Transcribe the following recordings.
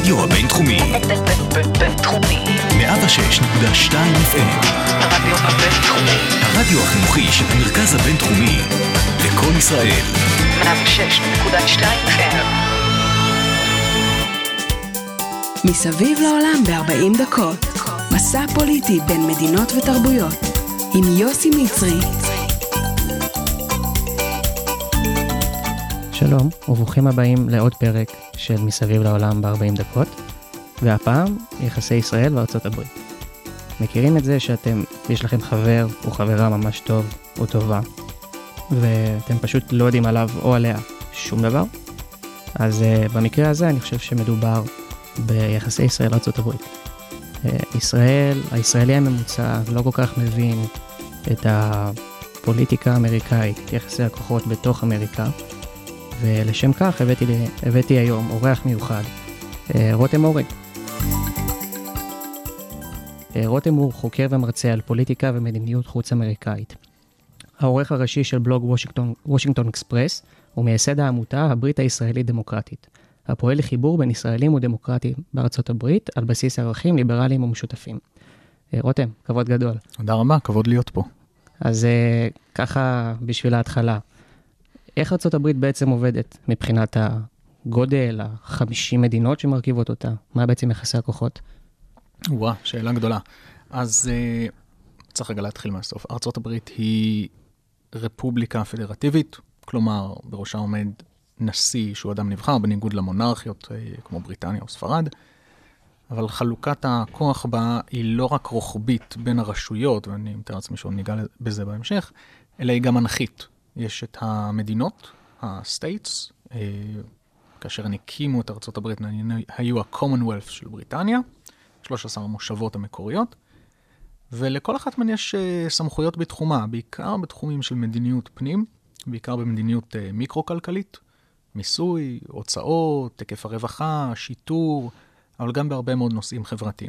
הרדיו הבינתחומי. בינתחומי. 106.2 FM. הרדיו הבינתחומי. הרדיו החינוכי של המרכז הבינתחומי. לקום ישראל. 106.2 FM. מסביב לעולם ב-40 דקות. מסע פוליטי בין מדינות ותרבויות. עם יוסי מצרי. שלום וברוכים הבאים לעוד פרק של מסביב לעולם ב-40 דקות, והפעם יחסי ישראל וארצות הברית. מכירים את זה יש לכם חבר או חברה ממש טוב או טובה, ואתם פשוט לא יודעים עליו או עליה שום דבר? אז במקרה הזה אני חושב שמדובר ביחסי ישראל וארצות הברית. הישראלי הממוצע לא כל כך מבין את הפוליטיקה האמריקאית, יחסי הכוחות בתוך אמריקה, ולשם כך הבאתי היום אורח מיוחד, רותם אורן. רותם הוא חוקר ומרצה על פוליטיקה ומדיניות חוץ אמריקאית. העורך הראשי של בלוג וושינגטון אקספרס, הוא מייסד העמותה הברית הישראלית דמוקרטית, הפועל לחיבור בין ישראלים ודמוקרטים בארצות הברית על בסיס ערכים ליברליים ומשותפים. רותם, כבוד גדול. תודה רבה, כבוד להיות פה. אז ככה בשביל ההתחלה. איך ארצות הברית בעצם עובדת מבחינת הגודל, 50 מדינות שמרכיבות אותה? מה בעצם יחסי הכוחות? שאלה גדולה. אז צריך רגע להתחיל מהסוף. ארצות הברית היא רפובליקה פדרטיבית, כלומר בראשה עומד נשיא שהוא אדם נבחר, בניגוד למונרכיות כמו בריטניה או ספרד, אבל חלוקת הכוח בה היא לא רק רוחבית בין הרשויות, ואני מתאר לעצמי שעוד ניגע בזה בהמשך, אלא היא גם אנכית. יש את המדינות, ה-States, כאשר הם הקימו את ארצות הברית, היו ה-Commonwealth של בריטניה, 13 המושבות המקוריות, ולכל אחת מהן יש סמכויות בתחומה, בעיקר בתחומים של מדיניות פנים, בעיקר במדיניות מיקרו-כלכלית, מיסוי, הוצאות, היקף הרווחה, שיטור, אבל גם בהרבה מאוד נושאים חברתיים.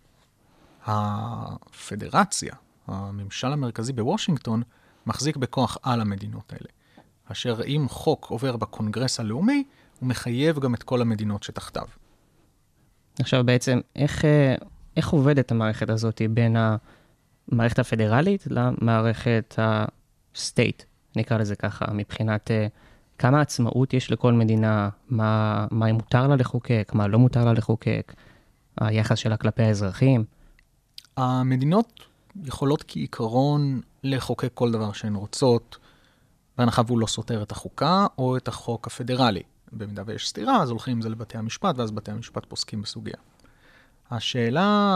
הפדרציה, הממשל המרכזי בוושינגטון, מחזיק בכוח על המדינות האלה. אשר אם חוק עובר בקונגרס הלאומי, הוא מחייב גם את כל המדינות שתחתיו. עכשיו בעצם, איך עובדת המערכת הזאת בין המערכת הפדרלית למערכת הסטייט, נקרא לזה ככה, מבחינת כמה עצמאות יש לכל מדינה, מה מותר לה לחוקק, מה לא מותר לה לחוקק, היחס שלה כלפי האזרחים? המדינות יכולות כעיקרון לחוקק כל דבר שהן רוצות, בהנחה והוא לא סותר את החוקה או את החוק הפדרלי. במידה ויש סתירה, אז הולכים עם זה לבתי המשפט, ואז בתי המשפט פוסקים בסוגיה. השאלה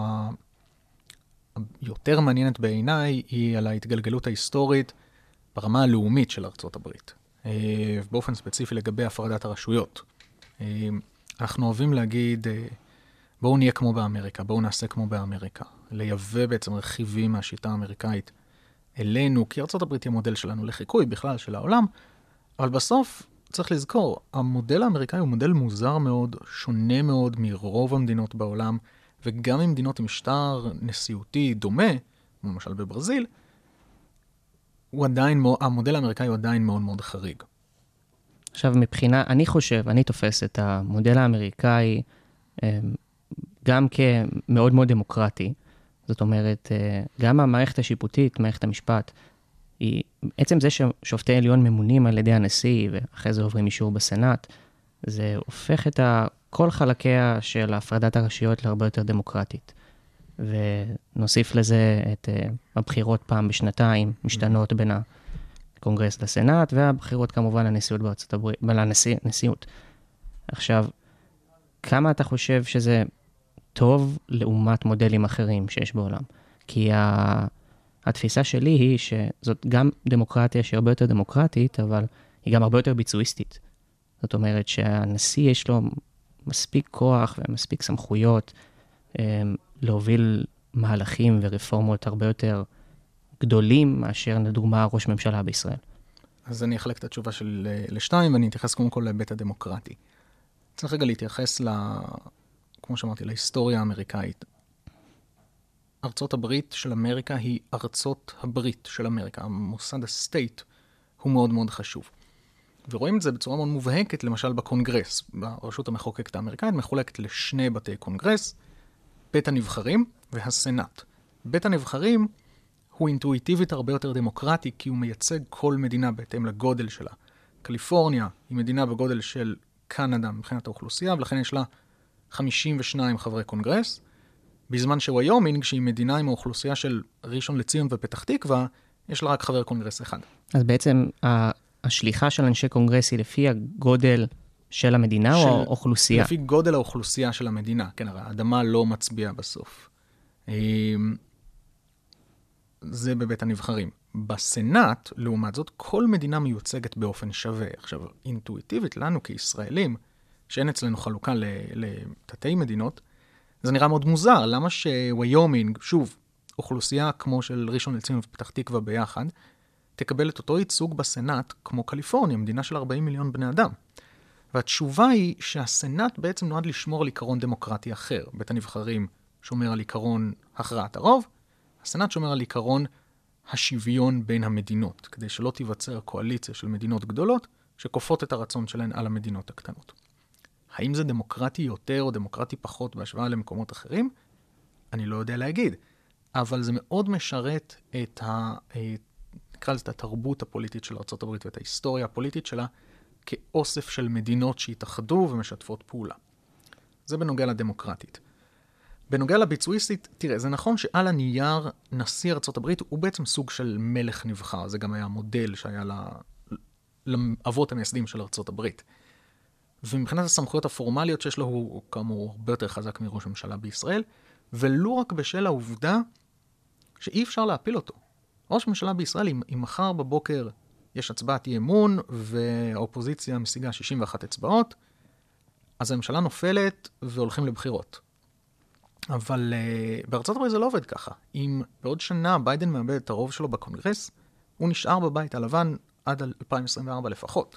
היותר מעניינת בעיניי היא על ההתגלגלות ההיסטורית ברמה הלאומית של ארצות הברית. באופן ספציפי לגבי הפרדת הרשויות. אנחנו אוהבים להגיד, בואו נהיה כמו באמריקה, בואו נעשה כמו באמריקה. לייבא בעצם רכיבים מהשיטה האמריקאית אלינו, כי ארצות הברית היא המודל שלנו לחיקוי בכלל של העולם, אבל בסוף צריך לזכור, המודל האמריקאי הוא מודל מוזר מאוד, שונה מאוד מרוב המדינות בעולם, וגם ממדינות עם משטר נשיאותי דומה, למשל בברזיל, המודל האמריקאי הוא עדיין מאוד מאוד חריג. עכשיו אני תופס את המודל האמריקאי גם כמאוד מאוד דמוקרטי. זאת אומרת, גם המערכת השיפוטית, מערכת המשפט, עצם זה ששופטי עליון ממונים על ידי הנשיא, ואחרי זה עוברים אישור בסנאט, זה הופך את כל חלקיה של הפרדת הרשויות להרבה יותר דמוקרטית. ונוסיף לזה את הבחירות פעם בשנתיים, משתנות בין הקונגרס לסנאט, והבחירות כמובן לנשיאות בארצות הברית, לנשיאות. עכשיו, כמה אתה חושב שזה טוב לעומת מודלים אחרים שיש בעולם? כי התפיסה שלי היא שזאת גם דמוקרטיה שהיא הרבה יותר דמוקרטית, אבל היא גם הרבה יותר ביצועיסטית. זאת אומרת שהנשיא יש לו מספיק כוח ומספיק סמכויות להוביל מהלכים ורפורמות הרבה יותר גדולים מאשר לדוגמה ראש ממשלה בישראל. אז אני אחלק את התשובה לשתיים, ואני אתייחס קודם כל להיבט הדמוקרטי. צריך רגע להתייחס כמו שאמרתי, להיסטוריה האמריקאית. ארצות הברית של אמריקה היא ארצות הברית של אמריקה. המוסד הסטייט הוא מאוד מאוד חשוב. ורואים את זה בצורה מאוד מובהקת, למשל בקונגרס. ברשות המחוקקת האמריקאית מחולקת לשני בתי קונגרס, בית הנבחרים והסנאט. בית הנבחרים הוא אינטואיטיבית הרבה יותר דמוקרטי, כי הוא מייצג כל מדינה בהתאם לגודל שלה. קליפורניה היא מדינה בגודל של קנדה מבחינת האוכלוסייה, ולכן יש לה 52 חברי קונגרס, בזמן שוויומינג, שהיא מדינה עם האוכלוסייה של ראשון לציון ופתח תקווה, יש לה רק חבר קונגרס אחד. אז בעצם השליחה של אנשי קונגרס היא לפי הגודל של המדינה או האוכלוסייה? לפי גודל האוכלוסייה של המדינה. כן, הרי האדמה לא מצביעה בסוף. זה בבית הנבחרים. בסנאט, לעומת זאת, כל מדינה מיוצגת באופן שווה. עכשיו, אינטואיטיבית לנו כישראלים, שאין אצלנו חלוקה לתתי מדינות, זה נראה מאוד מוזר. למה שוויומינג, שוב, אוכלוסייה כמו של ראשון לציון ופתח תקווה ביחד, תקבל את אותו ייצוג בסנאט כמו קליפורניה, מדינה של 40 מיליון בני אדם. והתשובה היא שהסנאט בעצם נועד לשמור על עיקרון דמוקרטי אחר. בית הנבחרים שומר על עיקרון הכרעת הרוב, הסנאט שומר על עיקרון השוויון בין המדינות, כדי שלא תיווצר קואליציה של מדינות גדולות שכופות את הרצון שלהן על המדינות הקטנות. האם זה דמוקרטי יותר או דמוקרטי פחות בהשוואה למקומות אחרים? אני לא יודע להגיד, אבל זה מאוד משרת נקרא לזה את התרבות הפוליטית של ארצות הברית ואת ההיסטוריה הפוליטית שלה כאוסף של מדינות שהתאחדו ומשתפות פעולה. זה בנוגע לדמוקרטית. בנוגע לביצועיסטית, תראה, זה נכון שעל הנייר נשיא ארצות הברית הוא בעצם סוג של מלך נבחר, זה גם היה מודל שהיה לאבות המייסדים של ארצות הברית. ומבחינת הסמכויות הפורמליות שיש לו, הוא כאמור הרבה יותר חזק מראש הממשלה בישראל, ולא רק בשל העובדה שאי אפשר להפיל אותו. ראש הממשלה בישראל, אם מחר בבוקר יש הצבעת אי אמון, והאופוזיציה משיגה 61 אצבעות, אז הממשלה נופלת והולכים לבחירות. אבל בארצות הברית זה לא עובד ככה. אם בעוד שנה ביידן מאבד את הרוב שלו בקונגרס, הוא נשאר בבית הלבן עד 2024 לפחות.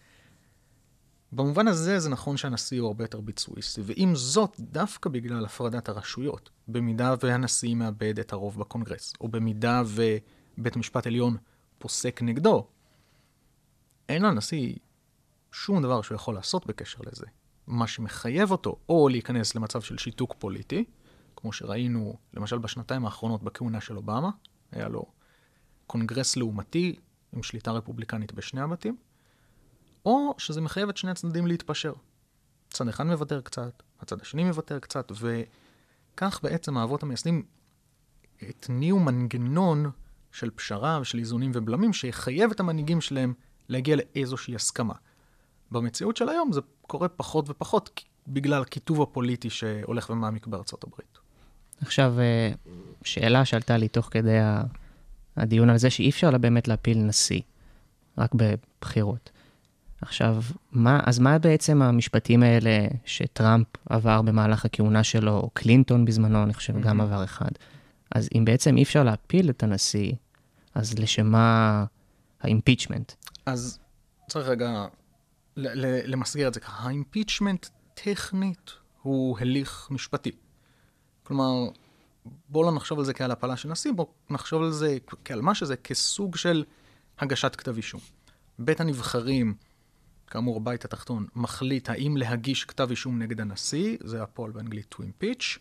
במובן הזה זה נכון שהנשיא הוא הרבה יותר ביצועיסטי, ועם זאת דווקא בגלל הפרדת הרשויות, במידה והנשיא מאבד את הרוב בקונגרס, או במידה ובית משפט עליון פוסק נגדו, אין לנשיא שום דבר שהוא יכול לעשות בקשר לזה. מה שמחייב אותו או להיכנס למצב של שיתוק פוליטי, כמו שראינו למשל בשנתיים האחרונות בכהונה של אובמה, היה לו קונגרס לעומתי עם שליטה רפובליקנית בשני הבתים, או שזה מחייב את שני הצדדים להתפשר. צד אחד מוותר קצת, הצד השני מוותר קצת, וכך בעצם האבות המייסדים התניעו מנגנון של פשרה ושל איזונים ובלמים, שיחייב את המנהיגים שלהם להגיע לאיזושהי הסכמה. במציאות של היום זה קורה פחות ופחות, בגלל כיתוב הפוליטי שהולך ומעמיק בארצות הברית. עכשיו, שאלה שעלתה לי תוך כדי הדיון על זה, שאי אפשר לה באמת להפיל נשיא, רק בבחירות. עכשיו, אז מה בעצם המשפטים האלה שטראמפ עבר במהלך הכהונה שלו, או קלינטון בזמנו, אני חושב, גם עבר אחד. אז אם בעצם אי אפשר להפיל את הנשיא, אז לשמה האימפיצ'מנט? אז צריך רגע למסגר את זה ככה. האימפיצ'מנט טכנית הוא הליך משפטי. כלומר, בואו לא נחשוב על זה כעל הפלה של נשיא, בואו נחשוב על זה כעל מה שזה, כסוג של הגשת כתב אישום. בית הנבחרים, כאמור הבית התחתון, מחליט האם להגיש כתב אישום נגד הנשיא, זה הפועל באנגלית to impeach,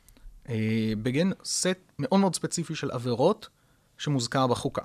בגין סט מאוד מאוד ספציפי של עבירות שמוזכר בחוקה.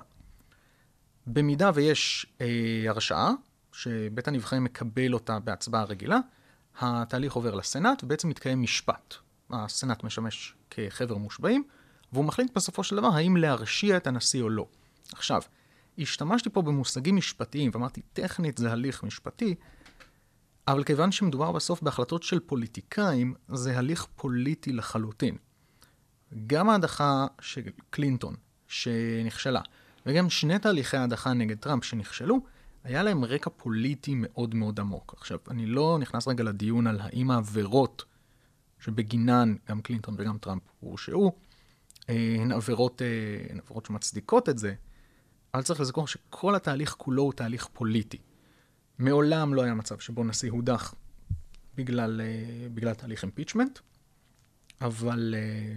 במידה ויש הרשעה, שבית הנבחרים מקבל אותה בהצבעה רגילה, התהליך עובר לסנאט ובעצם מתקיים משפט. הסנאט משמש כחבר מושבעים, והוא מחליט בסופו של דבר האם להרשיע את הנשיא או לא. עכשיו, השתמשתי פה במושגים משפטיים, ואמרתי, טכנית זה הליך משפטי, אבל כיוון שמדובר בסוף בהחלטות של פוליטיקאים, זה הליך פוליטי לחלוטין. גם ההדחה של קלינטון, שנכשלה, וגם שני תהליכי ההדחה נגד טראמפ שנכשלו, היה להם רקע פוליטי מאוד מאוד עמוק. עכשיו, אני לא נכנס רגע לדיון על האם העבירות שבגינן גם קלינטון וגם טראמפ הורשעו, הן עבירות שמצדיקות את זה, אבל צריך לזכור שכל התהליך כולו הוא תהליך פוליטי. מעולם לא היה מצב שבו נשיא הודח בגלל תהליך impeachment, אבל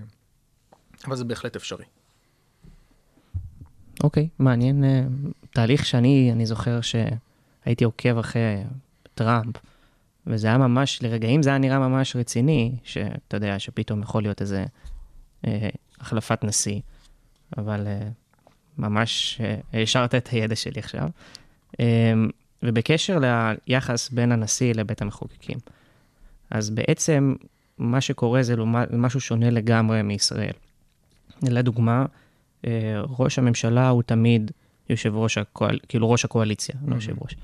זה בהחלט אפשרי. אוקיי, מעניין. תהליך שאני זוכר הייתי עוקב אחרי טראמפ, וזה היה ממש, לרגעים זה היה נראה ממש רציני, שאתה יודע, שפתאום יכול להיות איזה החלפת נשיא, אבל ממש השארת את הידע שלי עכשיו. ובקשר ליחס בין הנשיא לבית המחוקקים. אז בעצם מה שקורה זה משהו שונה לגמרי מישראל. לדוגמה, ראש הממשלה הוא תמיד כאילו ראש הקואליציה, לא יושב ראש.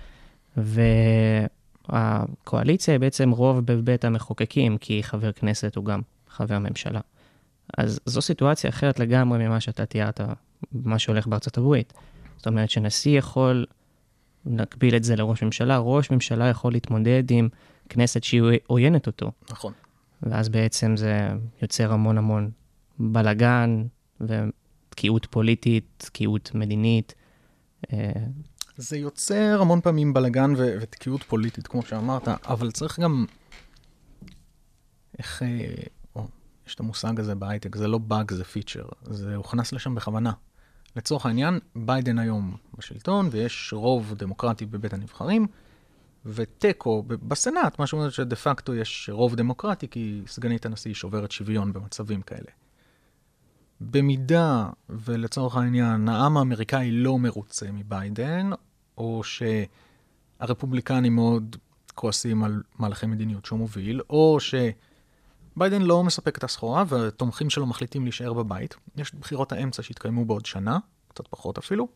והקואליציה היא בעצם רוב בבית המחוקקים, כי חבר כנסת הוא גם חבר ממשלה. אז זו סיטואציה אחרת לגמרי ממה שאתה תיארת, מה שהולך בארצות הברית. זאת אומרת שנשיא יכול נקביל את זה לראש ממשלה, ראש ממשלה יכול להתמודד עם כנסת שהיא עוינת אותו. נכון. ואז בעצם זה יוצר המון המון בלגן, ותקיעות פוליטית, תקיעות מדינית. זה יוצר המון פעמים בלגן ותקיעות פוליטית, כמו שאמרת, אבל צריך גם, יש את המושג הזה בהייטק, זה לא באג, זה פיצ'ר, זה הוכנס לשם בכוונה. לצורך העניין, ביידן היום בשלטון, ויש רוב דמוקרטי בבית הנבחרים, וטקו בסנאט, מה שאומר שדה פקטו יש רוב דמוקרטי, כי סגנית הנשיא שוברת שוויון במצבים כאלה. במידה, ולצורך העניין, העם האמריקאי לא מרוצה מביידן, או שהרפובליקנים מאוד כועסים על מהלכי מדיניות שהוא מוביל, או שביידן לא מספק את הסחורה, והתומכים שלו מחליטים להישאר בבית. יש בחירות האמצע שהתקיימו בעוד שנה, קצת פחות אפילו.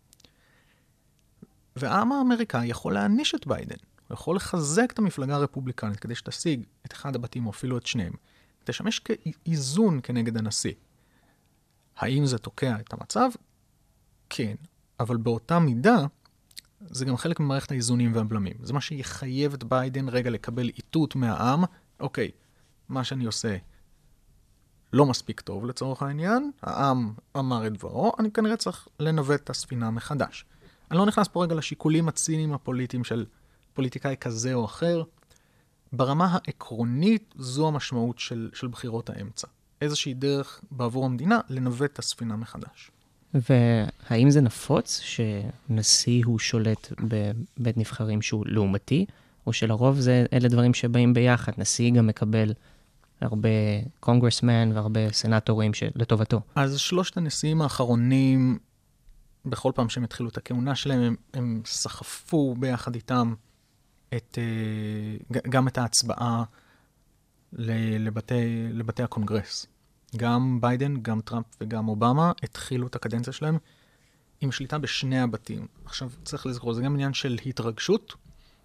והעם האמריקאי יכול להעניש את ביידן. הוא יכול לחזק את המפלגה הרפובליקנית כדי שתשיג את אחד הבתים או אפילו את שניהם. תשמש כאיזון כנגד הנשיא. האם זה תוקע את המצב? כן. אבל באותה מידה, זה גם חלק ממערכת האיזונים והבלמים. זה מה שיחייב את ביידן רגע לקבל איתות מהעם. אוקיי, מה שאני עושה לא מספיק טוב לצורך העניין. העם אמר את דברו. אני כנראה צריך לנווט את הספינה מחדש. אני לא נכנס פה רגע לשיקולים הציניים הפוליטיים של פוליטיקאי כזה או אחר. ברמה העקרונית זו המשמעות של בחירות האמצע. איזושהי דרך בעבור המדינה לנווט את הספינה מחדש. והאם זה נפוץ שנשיא הוא שולט בבית נבחרים שהוא לעומתי, או שלרוב אלה דברים שבאים ביחד? נשיא גם מקבל הרבה קונגרסמן והרבה סנטורים לטובתו. אז שלושת הנשיאים האחרונים, בכל פעם שהם התחילו את הכהונה שלהם, הם סחפו ביחד איתם גם את ההצבעה לבתי הקונגרס. גם ביידן, גם טראמפ וגם אובמה התחילו את הקדנציה שלהם עם שליטה בשני הבתים. עכשיו צריך לזכור, זה גם עניין של התרגשות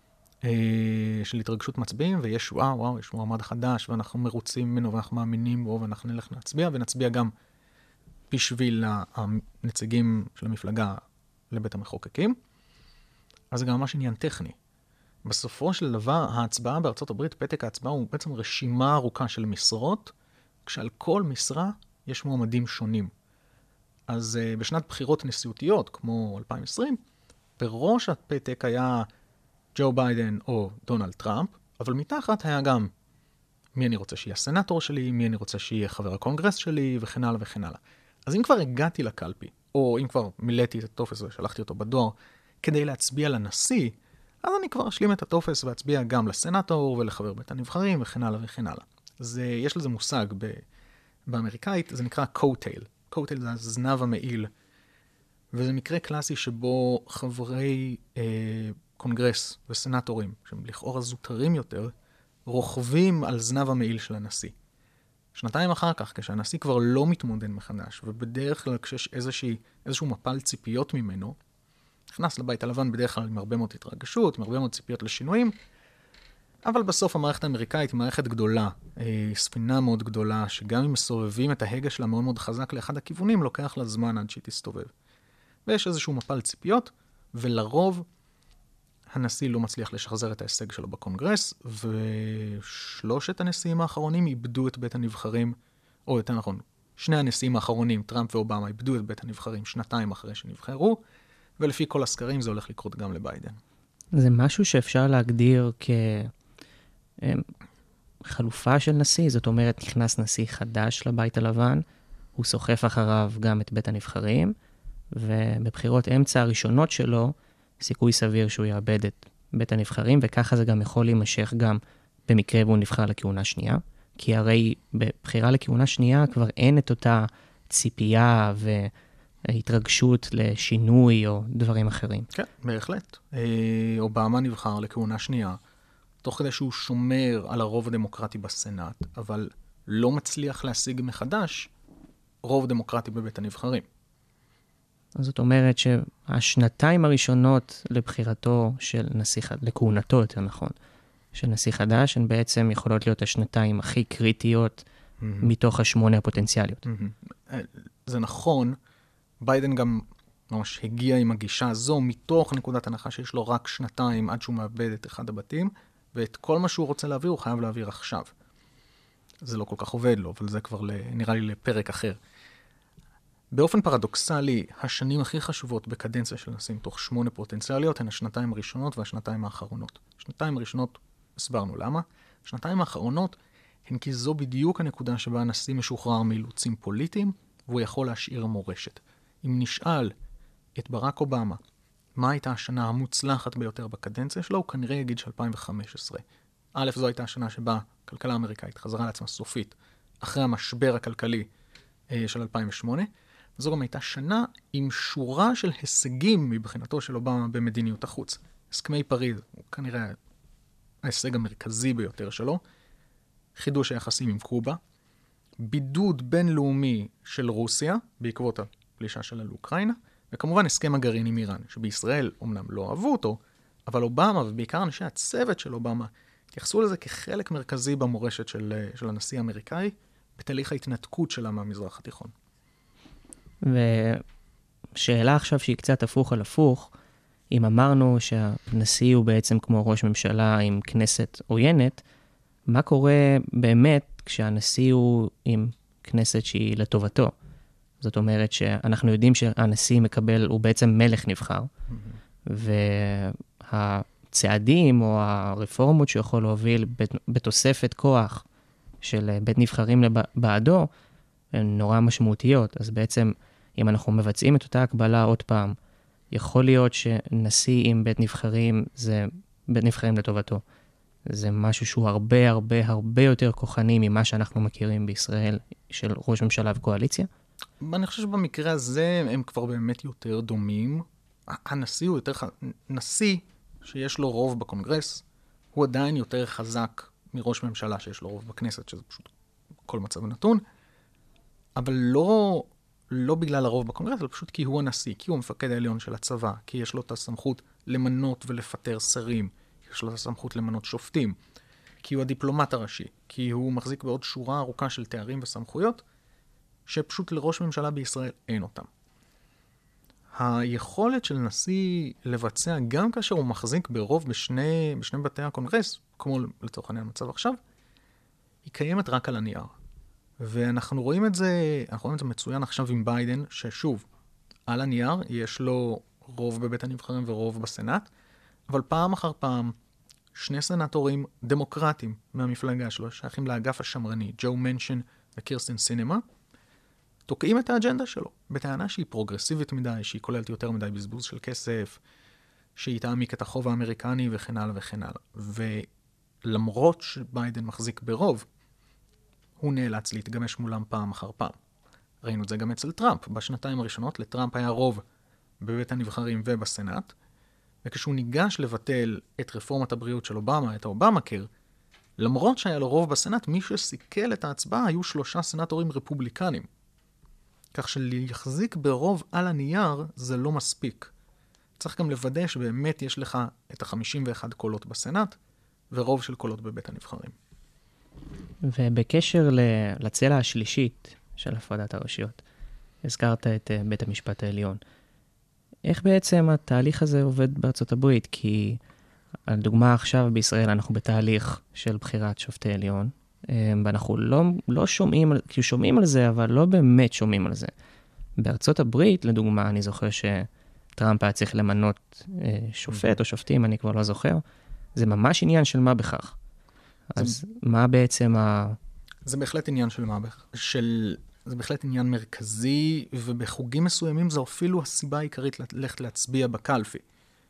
מצביעים, ויש וואו, יש מועמד חדש, ואנחנו מרוצים ממנו, ואנחנו מאמינים בו, ואנחנו נלך להצביע, ונצביע גם בשביל הנציגים של המפלגה לבית המחוקקים. אז זה גם ממש עניין טכני. בסופו של דבר, ההצבעה בארצות הברית, פתק ההצבעה הוא בעצם רשימה ארוכה של משרות, כשעל כל משרה יש מועמדים שונים. אז בשנת בחירות נשיאותיות, כמו 2020, בראש הפתק היה ג'ו ביידן או דונלד טראמפ, אבל מתחת היה גם מי אני רוצה שיהיה הסנטור שלי, מי אני רוצה שיהיה חבר הקונגרס שלי, וכן הלאה וכן הלאה. אז אם כבר הגעתי לקלפי, או אם כבר מילאתי את הטופס ושלחתי אותו בדואר, כדי להצביע לנשיא, אז אני כבר אשלים את הטופס ואצביע גם לסנטור ולחבר בית הנבחרים וכן הלאה וכן הלאה. יש לזה מושג באמריקאית, זה נקרא קוטייל. קוטייל זה הזנב המעיל. וזה מקרה קלאסי שבו חברי קונגרס וסנטורים, שהם לכאורה זוטרים יותר, רוכבים על זנב המעיל של הנשיא. שנתיים אחר כך, כשהנשיא כבר לא מתמודד מחדש, ובדרך כלל כשיש איזשהו מפל ציפיות ממנו, נכנס לבית הלבן בדרך כלל עם הרבה מאוד התרגשות, עם הרבה מאוד ציפיות לשינויים, אבל בסוף המערכת האמריקאית היא מערכת גדולה, ספינה מאוד גדולה, שגם אם מסובבים את ההגה שלה מאוד מאוד חזק לאחד הכיוונים, לוקח לה זמן עד שהיא תסתובב. ויש איזשהו מפל ציפיות, ולרוב הנשיא לא מצליח לשחזר את ההישג שלו בקונגרס, ושלושת הנשיאים האחרונים איבדו את בית הנבחרים, או יותר נכון, שני הנשיאים האחרונים, טראמפ ואובמה, איבדו את בית הנבחרים שנתיים אחרי שנבחרו, ולפי כל הסקרים זה הולך לקרות גם לביידן. זה משהו שאפשר להגדיר כחלופה של נשיא, זאת אומרת, נכנס נשיא חדש לבית הלבן, הוא סוחף אחריו גם את בית הנבחרים, ובבחירות אמצע הראשונות שלו, סיכוי סביר שהוא יאבד את בית הנבחרים, וככה זה גם יכול להימשך גם במקרה והוא נבחר לכהונה שנייה, כי הרי בבחירה לכהונה שנייה כבר אין את אותה ציפייה והתרגשות לשינוי או דברים אחרים. כן, בהחלט. אובמה נבחר לכהונה שנייה, תוך כדי שהוא שומר על הרוב הדמוקרטי בסנאט, אבל לא מצליח להשיג מחדש רוב דמוקרטי בבית הנבחרים. אז זאת אומרת שהשנתיים הראשונות לבחירתו של נשיא, לכהונתו יותר נכון, של נשיא חדש, הן בעצם יכולות להיות השנתיים הכי קריטיות מתוך 8 הפוטנציאליות. זה נכון, ביידן גם ממש הגיע עם הגישה הזו, מתוך נקודת הנחה שיש לו רק שנתיים עד שהוא מאבד את אחד הבתים, ואת כל מה שהוא רוצה להעביר הוא חייב להעביר עכשיו. זה לא כל כך עובד לו, אבל זה כבר נראה לי לפרק אחר. באופן פרדוקסלי, השנים הכי חשובות בקדנציה של נשיא מתוך 8 פוטנציאליות הן השנתיים הראשונות והשנתיים האחרונות. השנתיים הראשונות, הסברנו למה. השנתיים האחרונות הן כי זו בדיוק הנקודה שבה הנשיא משוחרר מאילוצים פוליטיים, והוא יכול להשאיר מורשת. אם נשאל את ברק אובמה, מה הייתה השנה המוצלחת ביותר בקדנציה שלו, הוא כנראה יגיד של 2015. א', זו הייתה השנה שבה הכלכלה האמריקאית חזרה לעצמה סופית, אחרי המשבר הכלכלי של 2008, וזו גם הייתה שנה עם שורה של הישגים מבחינתו של אובמה במדיניות החוץ. הסכמי פריז, הוא כנראה ההישג המרכזי ביותר שלו, חידוש היחסים עם קובה, בידוד בינלאומי של רוסיה, בעקבות הפלישה שלה לאוקראינה, וכמובן הסכם הגרעין עם איראן, שבישראל אומנם לא אהבו אותו, אבל אובמה, ובעיקר אנשי הצוות של אובמה, התייחסו לזה כחלק מרכזי במורשת של הנשיא האמריקאי, בתהליך ההתנתקות שלה מהמזרח התיכון. ושאלה עכשיו שהיא קצת הפוך על הפוך, אם אמרנו שהנשיא הוא בעצם כמו ראש ממשלה עם כנסת עוינת, מה קורה באמת כשהנשיא הוא עם כנסת שהיא לטובתו? זאת אומרת שאנחנו יודעים שהנשיא מקבל, הוא בעצם מלך נבחר, והצעדים או הרפורמות שיכול להוביל בתוספת כוח של בית נבחרים בעדו, הן נורא משמעותיות. אז בעצם, אם אנחנו מבצעים את אותה הקבלה עוד פעם, יכול להיות שנשיא עם בית נבחרים, זה בית נבחרים לטובתו. זה משהו שהוא הרבה הרבה הרבה יותר כוחני ממה שאנחנו מכירים בישראל של ראש ממשלה וקואליציה. אני חושב שבמקרה הזה הם כבר באמת יותר דומים. הנשיא הוא יותר נשיא שיש לו רוב בקונגרס, הוא עדיין יותר חזק מראש ממשלה שיש לו רוב בכנסת, שזה פשוט כל מצב נתון, אבל לא בגלל הרוב בקונגרס, אלא פשוט כי הוא הנשיא, כי הוא המפקד העליון של הצבא, כי יש לו את הסמכות למנות ולפטר שרים, יש לו את הסמכות למנות שופטים, כי הוא הדיפלומט הראשי, כי הוא מחזיק בעוד שורה ארוכה של תארים וסמכויות, שפשוט לראש ממשלה בישראל אין אותם. היכולת של נשיא לבצע, גם כאשר הוא מחזיק ברוב בשני בתי הקונגרס, כמו לצורך העניין המצב עכשיו, היא קיימת רק על הנייר. ואנחנו רואים את זה מצוין עכשיו עם ביידן, ששוב, על הנייר יש לו רוב בבית הנבחרים ורוב בסנאט, אבל פעם אחר פעם, 2 סנאטורים דמוקרטיים מהמפלגה שלו, שייכים לאגף השמרני, ג'ו מנשן וקירסטן סינמה, תוקעים את האג'נדה שלו, בטענה שהיא פרוגרסיבית מדי, שהיא כוללת יותר מדי בזבוז של כסף, שהיא תעמיק את החוב האמריקני וכן הלאה וכן הלאה. ולמרות שביידן מחזיק ברוב, הוא נאלץ להתגמש מולם פעם אחר פעם. ראינו את זה גם אצל טראמפ. בשנתיים הראשונות לטראמפ היה רוב בבית הנבחרים ובסנאט, וכשהוא ניגש לבטל את רפורמת הבריאות של אובמה, את האובמה קר, למרות שהיה לו רוב בסנאט, מי שסיכל את ההצבעה היו 3 סנאטורים רפובליקנים. כך שלהחזיק ברוב על הנייר זה לא מספיק. צריך גם לוודא שבאמת יש לך את ה-51 קולות בסנאט, ורוב של קולות בבית הנבחרים. ובקשר לצלע השלישית של הפרדת הרשויות, הזכרת את בית המשפט העליון. איך בעצם התהליך הזה עובד בארצות הברית? כי הדוגמה עכשיו בישראל אנחנו בתהליך של בחירת שופטי עליון, ואנחנו לא שומעים, כאילו שומעים על זה, אבל לא באמת שומעים על זה. בארצות הברית, לדוגמה, אני זוכר שטראמפ היה צריך למנות שופט או שופטים, אני כבר לא זוכר. זה ממש עניין של מה בכך. אז מה בעצם זה בהחלט עניין של מה בכך. זה בהחלט עניין מרכזי, ובחוגים מסוימים זו אפילו הסיבה העיקרית ללכת להצביע בקלפי.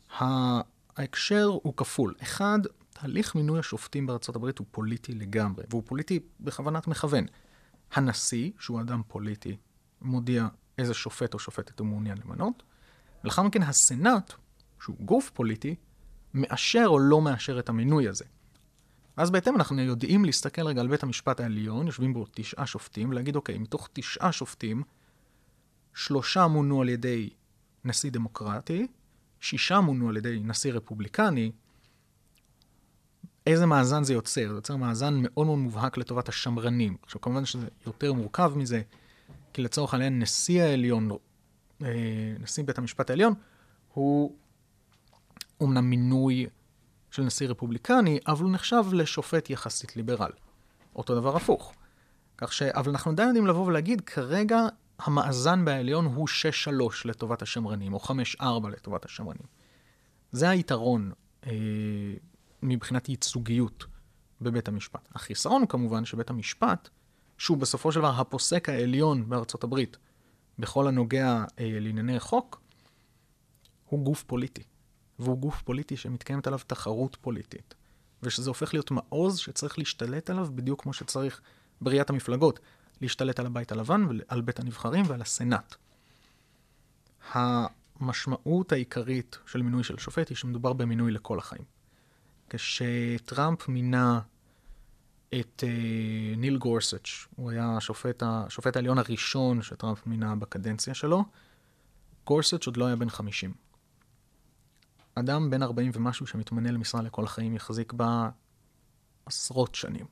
ההקשר הוא כפול. אחד, תהליך מינוי השופטים בארצות הברית הוא פוליטי לגמרי, והוא פוליטי בכוונת מכוון. הנשיא, שהוא אדם פוליטי, מודיע איזה שופט או שופטת הוא מעוניין למנות, ולאחר מכן הסנאט, שהוא גוף פוליטי, מאשר או לא מאשר את המינוי הזה. אז בהתאם אנחנו יודעים להסתכל רגע על בית המשפט העליון, יושבים בו 9 שופטים, ולהגיד, אוקיי, מתוך 9 שופטים, 3 מונו על ידי נשיא דמוקרטי, 6 מונו על ידי נשיא רפובליקני. איזה מאזן זה יוצר? זה יוצר מאזן מאוד מאוד מובהק לטובת השמרנים. עכשיו, כמובן שזה יותר מורכב מזה, כי לצורך העניין נשיא העליון, נשיא בית המשפט העליון, הוא אומנם מינוי של נשיא רפובליקני, אבל הוא נחשב לשופט יחסית ליברל. אותו דבר הפוך. כך אבל אנחנו עדיין יודעים לבוא ולהגיד, כרגע המאזן בעליון הוא 6-3 לטובת השמרנים, או 5-4 לטובת השמרנים. זה היתרון מבחינת ייצוגיות בבית המשפט. החיסרון הוא כמובן שבית המשפט, שהוא בסופו של דבר הפוסק העליון בארצות הברית, בכל הנוגע לענייני חוק, הוא גוף פוליטי. והוא גוף פוליטי שמתקיימת עליו תחרות פוליטית. ושזה הופך להיות מעוז שצריך להשתלט עליו בדיוק כמו שצריך בראיית המפלגות, להשתלט על הבית הלבן ועל בית הנבחרים ועל הסנאט. המשמעות העיקרית של מינוי של שופט היא שמדובר במינוי לכל החיים. כשטראמפ מינה את ניל גורסץ', הוא היה השופט העליון הראשון שטראמפ מינה בקדנציה שלו, גורסץ' עוד לא היה בן 50. אדם בן 40 ומשהו שמתמנה למשרה לכל החיים יחזיק בה עשרות שנים.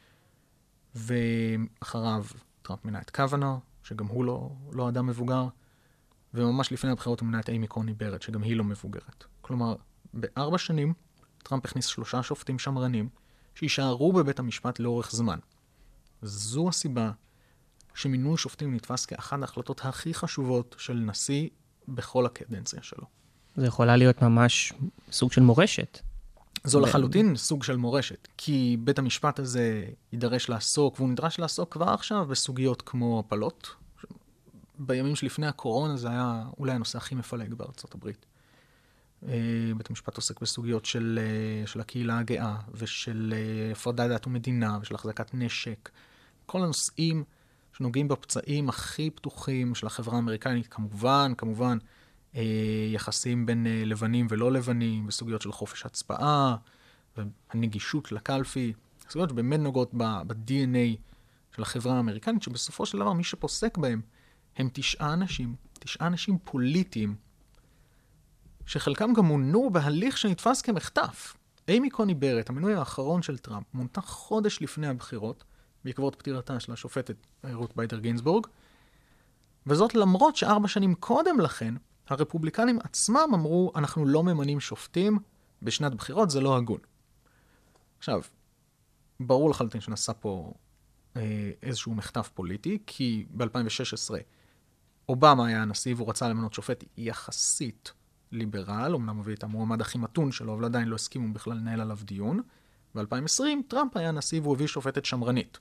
ואחריו טראמפ מינה את קוונה, שגם הוא לא אדם מבוגר, וממש לפני הבחירות הוא מינה את אימי קוני ברט, שגם היא לא מבוגרת. כלומר, ב4 שנים טראמפ הכניס 3 שופטים שמרנים, שישארו בבית המשפט לאורך זמן. זו הסיבה שמינוי שופטים נתפס כאחת ההחלטות הכי חשובות של נשיא בכל הקדנציה שלו. זה יכולה להיות ממש סוג של מורשת. זו לחלוטין סוג של מורשת, כי בית המשפט הזה יידרש לעסוק, והוא נדרש לעסוק כבר עכשיו בסוגיות כמו הפלות. בימים שלפני הקורונה זה היה אולי הנושא הכי מפלג בארצות הברית. בית המשפט עוסק בסוגיות של הקהילה הגאה, ושל הפרדת דת ומדינה, ושל החזקת נשק. כל הנושאים שנוגעים בפצעים הכי פתוחים של החברה האמריקנית, כמובן, יחסים בין לבנים ולא לבנים, בסוגיות של חופש הצבעה, והנגישות לקלפי, סוגיות שבאמת נוגעות ב-DNA של החברה האמריקנית, שבסופו של דבר מי שפוסק בהם הם 9 אנשים פוליטיים, שחלקם גם מונו בהליך שנתפס כמחטף. אימי קוני ברט, המינוי האחרון של טראמפ, מונתה חודש לפני הבחירות, בעקבות פטירתה של השופטת רות ביידר גינסבורג, וזאת למרות ש4 שנים קודם לכן, הרפובליקנים עצמם אמרו, אנחנו לא ממנים שופטים בשנת בחירות, זה לא הגון. עכשיו, ברור לחלוטין שנעשה פה איזשהו מחטף פוליטי, כי ב-2016 אובמה היה הנשיא והוא רצה למנות שופט יחסית ליברל, אמנם מביא את המועמד הכי מתון שלו, אבל עדיין לא הסכימו בכלל לנהל עליו דיון. ב-2020 טראמפ היה הנשיא והוא הביא שופטת שמרנית.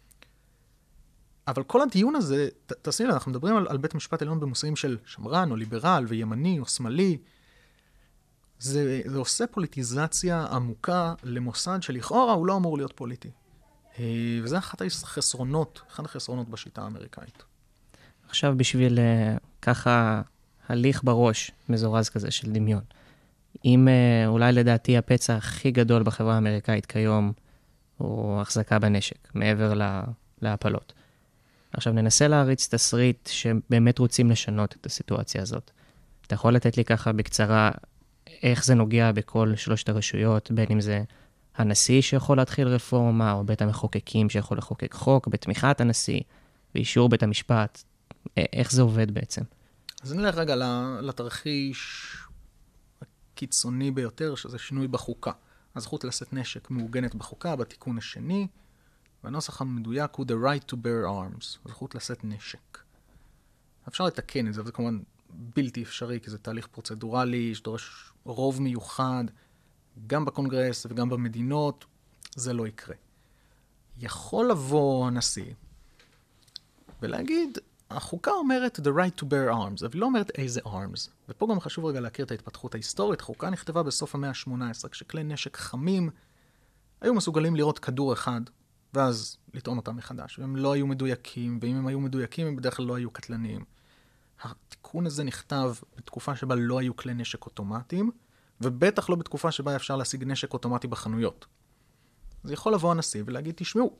אבל כל הדיון הזה, תעשי לי, אנחנו מדברים על בית המשפט העליון במושגים של שמרן או ליברל וימני או שמאלי. זה עושה פוליטיזציה עמוקה למוסד שלכאורה הוא לא אמור להיות פוליטי. וזה אחד החסרונות בשיטה האמריקאית. עכשיו בשביל ככה הליך בראש מזורז כזה של דמיון. אם אולי לדעתי הפצע הכי גדול בחברה האמריקאית כיום הוא החזקה בנשק, מעבר להפלות. עכשיו ננסה להריץ תסריט שבאמת רוצים לשנות את הסיטואציה הזאת. אתה יכול לתת לי ככה בקצרה איך זה נוגע בכל 3 הרשויות, בין אם זה הנשיא שיכול להתחיל רפורמה, או בית המחוקקים שיכול לחוקק חוק בתמיכת הנשיא, ואישור בית המשפט. איך זה עובד בעצם? אז נלך רגע לתרחיש הקיצוני ביותר, שזה שינוי בחוקה. הזכות לשאת נשק מעוגנת בחוקה, בתיקון השני, והנוסח המדויק הוא the right to bear arms, הזכות לשאת נשק. אפשר לתקן את זה, וזה כמובן בלתי אפשרי, כי זה תהליך פרוצדורלי, שדורש רוב מיוחד, גם בקונגרס וגם במדינות, זה לא יקרה. יכול לבוא הנשיא ולהגיד, החוקה אומרת the right to bear arms, אבל לא אומרת איזה arms. ופה גם חשוב רגע להכיר את ההתפתחות ההיסטורית. החוקה נכתבה בסוף המאה ה-18, כשכלי נשק חמים היו מסוגלים לראות כדור אחד, ואז לטעון אותם מחדש. והם לא היו מדויקים, ואם הם היו מדויקים, הם בדרך כלל לא היו קטלניים. התיקון הזה נכתב בתקופה שבה לא היו כלי נשק אוטומטיים, ובטח לא בתקופה שבה אפשר להשיג נשק אוטומטי בחנויות. אז יכול לבוא הנשיא ולהגיד, תשמעו,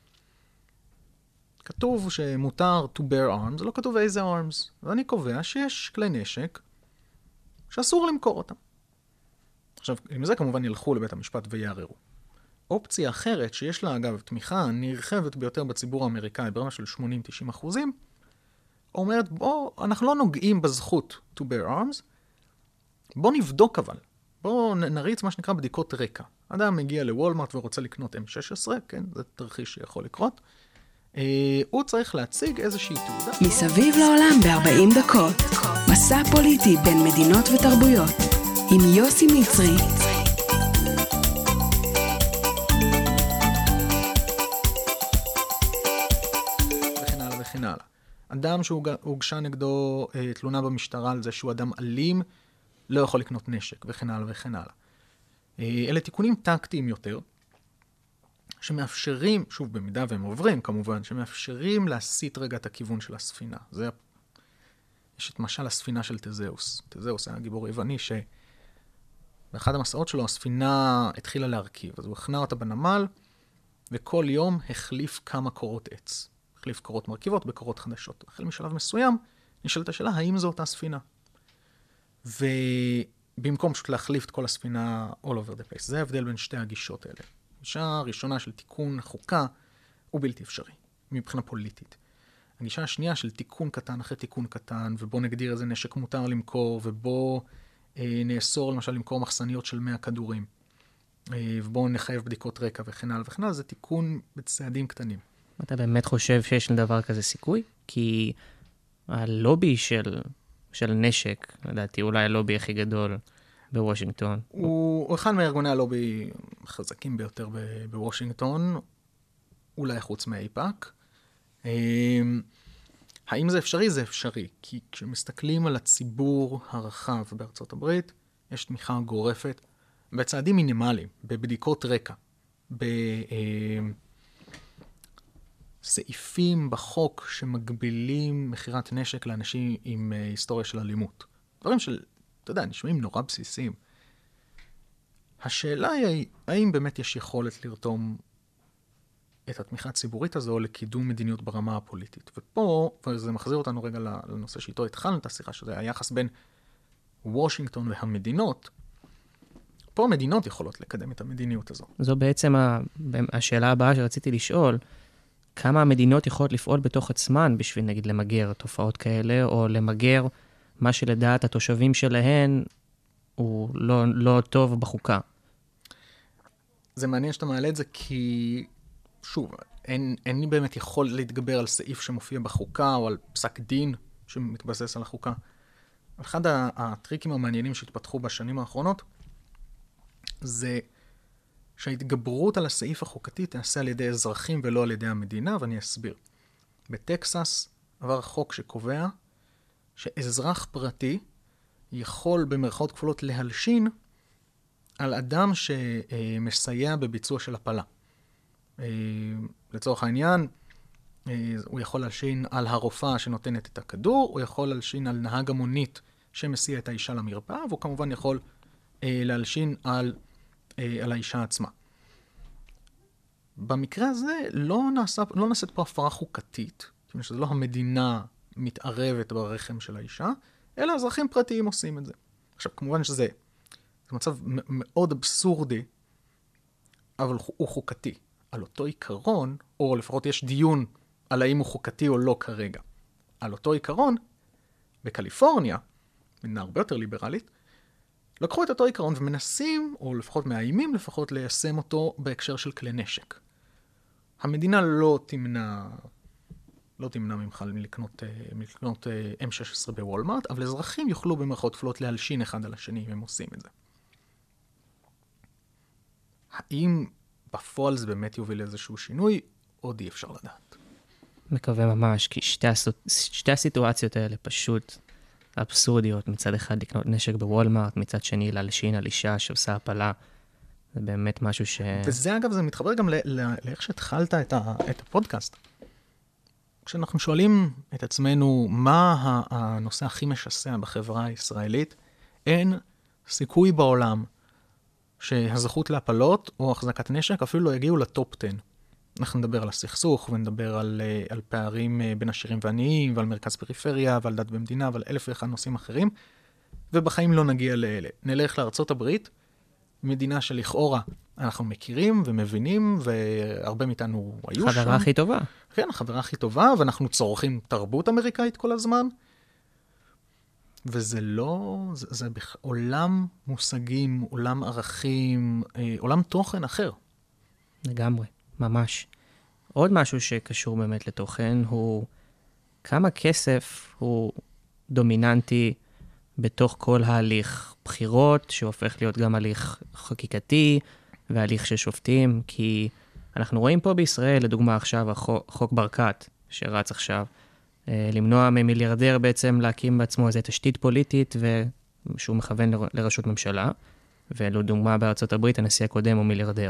כתוב שמותר to bear arms, זה לא כתוב איזה arms, ואני קובע שיש כלי נשק שאסור למכור אותם. עכשיו, עם זה כמובן ילכו לבית המשפט ויערערו. אופציה אחרת, שיש לה אגב תמיכה נרחבת ביותר בציבור האמריקאי, ברמה של 80-90%, אומרת, אנחנו לא נוגעים בזכות to bear arms, בוא נבדוק אבל. בוא נריץ מה שנקרא בדיקות רקע. אדם מגיע לוולמארט ורוצה לקנות M16, כן, זה תרחיש שיכול לקרות. הוא צריך להציג איזושהי תעודה. מסביב לעולם ב-40 דקות. מסע פוליטי בין מדינות ותרבויות. עם יוסי מצרי. וכן הלאה וכן הלאה. אדם שהוגשה נגדו תלונה במשטרה על זה שהוא אדם אלים, לא יכול לקנות נשק, וכן הלאה וכן הלאה. אלה תיקונים טקטיים יותר, שמאפשרים, שוב במידה והם עוברים כמובן, שמאפשרים להסיט רגע את הכיוון של הספינה. יש את משל הספינה של תזאוס. תזאוס היה גיבור יווני שבאחד המסעות שלו הספינה התחילה להרכיב. אז הוא הכנע אותה בנמל, וכל יום החליף כמה קורות עץ. החליף קורות מרכיבות בקורות חדשות. החל משלב מסוים, נשאלת השאלה, האם זו אותה ספינה? ובמקום פשוט להחליף את כל הספינה all over the place. זה ההבדל בין שתי הגישות האלה. הגישה הראשונה של תיקון חוקה הוא בלתי אפשרי, מבחינה פוליטית. הגישה השנייה של תיקון קטן אחרי תיקון קטן, ובוא נגדיר איזה נשק מותר למכור, ובוא נאסור למשל למכור מחסניות של 100 כדורים, ובוא נחייב בדיקות רקע וכן הלאה וכן הלאה, זה תיקון בצעדים קטנים. אתה באמת חושב שיש לדבר כזה סיכוי? כי הלובי של נשק, לדעתי אולי הלובי הכי גדול בוושינגטון. הוא אחד מארגוני הלובי החזקים ביותר בוושינגטון, אולי חוץ מאיפאק. האם זה אפשרי? זה אפשרי. כי כשמסתכלים על הציבור הרחב בארצות הברית, יש תמיכה גורפת בצעדים מינימליים, בבדיקות רקע, בסעיפים בחוק שמגבילים מחירת נשק לאנשים עם היסטוריה של אלימות. דברים של, אתה יודע, נשמעים נורא בסיסיים. השאלה היא, האם באמת יש יכולת לרתום את התמיכה הציבורית הזו לקידום מדיניות ברמה הפוליטית. ופה, וזה מחזיר אותנו רגע לנושא שאיתו התחלנו את השיחה, שזה היחס בין וושינגטון והמדינות. פה המדינות יכולות לקדם את המדיניות הזו. זו בעצם השאלה הבאה שרציתי לשאול, כמה המדינות יכולות לפעול בתוך עצמן בשביל נגיד למגר תופעות כאלה, או למגר מה שלדעת התושבים שלהן הוא לא טוב בחוקה. זה מעניין שאתה מעלה את זה כי, שוב, אין לי באמת יכול להתגבר על סעיף שמופיע בחוקה, או על פסק דין שמתבסס על החוקה. אחד הטריקים המעניינים שהתפתחו בשנים האחרונות, זה שההתגברות על הסעיף החוקתי תעשה על ידי אזרחים ולא על ידי המדינה, ואני אסביר. בטקסס עבר חוק שקובע שאזרח פרטי יכול במרכאות כפולות להלשין על אדם שמסייע בביצוע של הפלה. לצורך העניין, הוא יכול להלשין על הרופאה שנותנת את הכדור, הוא יכול להלשין על נהג המונית שמסיע את האישה למרפאה, והוא כמובן יכול להלשין על האישה עצמה. במקרה הזה לא נעשית פה הפרה חוקתית, שזה לא המדינה מתערבת ברחם של האישה, אלא אזרחים פרטיים עושים את זה. עכשיו, כמובן שזה מצב מאוד אבסורדי, אבל הוא חוקתי. על אותו עיקרון, או לפחות יש דיון על האם הוא חוקתי או לא כרגע. על אותו עיקרון, בקליפורניה, מדינה הרבה יותר ליברלית, לקחו את אותו עיקרון ומנסים, או לפחות מאיימים לפחות, ליישם אותו בהקשר של כלי נשק. המדינה לא תמנע ממך לקנות M16 בוולמארט, אבל אזרחים יוכלו במרכאות כפולות להלשין אחד על השני אם הם עושים את זה. האם בפועל זה באמת יוביל לאיזשהו שינוי? עוד אי אפשר לדעת. מקווה ממש, כי שתי הסיטואציות האלה פשוט אבסורדיות, מצד אחד לקנות נשק בוולמארט, מצד שני להלשין על אישה שעושה הפלה. זה באמת משהו וזה אגב, זה מתחבר גם לאיך שהתחלת את הפודקאסט. כשאנחנו שואלים את עצמנו מה הנושא הכי משסע בחברה הישראלית, אין סיכוי בעולם שהזכות להפלות או החזקת נשק אפילו לא יגיעו לטופ 10. אנחנו נדבר על הסכסוך ונדבר על פערים בין עשירים ועניים ועל מרכז פריפריה ועל דת במדינה ועל 1,001 נושאים אחרים, ובחיים לא נגיע לאלה. נלך לארצות הברית, מדינה שלכאורה אנחנו מכירים ומבינים, והרבה מאיתנו היו שם. החברה הכי טובה. כן, החברה הכי טובה, ואנחנו צורכים תרבות אמריקאית כל הזמן. וזה לא, זה עולם מושגים, עולם ערכים, עולם תוכן אחר. לגמרי, ממש. עוד משהו שקשור באמת לתוכן הוא כמה כסף הוא דומיננטי בתוך כל ההליך בחירות, שהופך להיות גם הליך חקיקתי והליך של שופטים, כי אנחנו רואים פה בישראל, לדוגמה עכשיו, חוק ברקת שרץ עכשיו, למנוע ממיליארדר בעצם להקים בעצמו איזו תשתית פוליטית שהוא מכוון לראשות ממשלה, ולדוגמה בארצות הברית הנשיא הקודם הוא מיליארדר.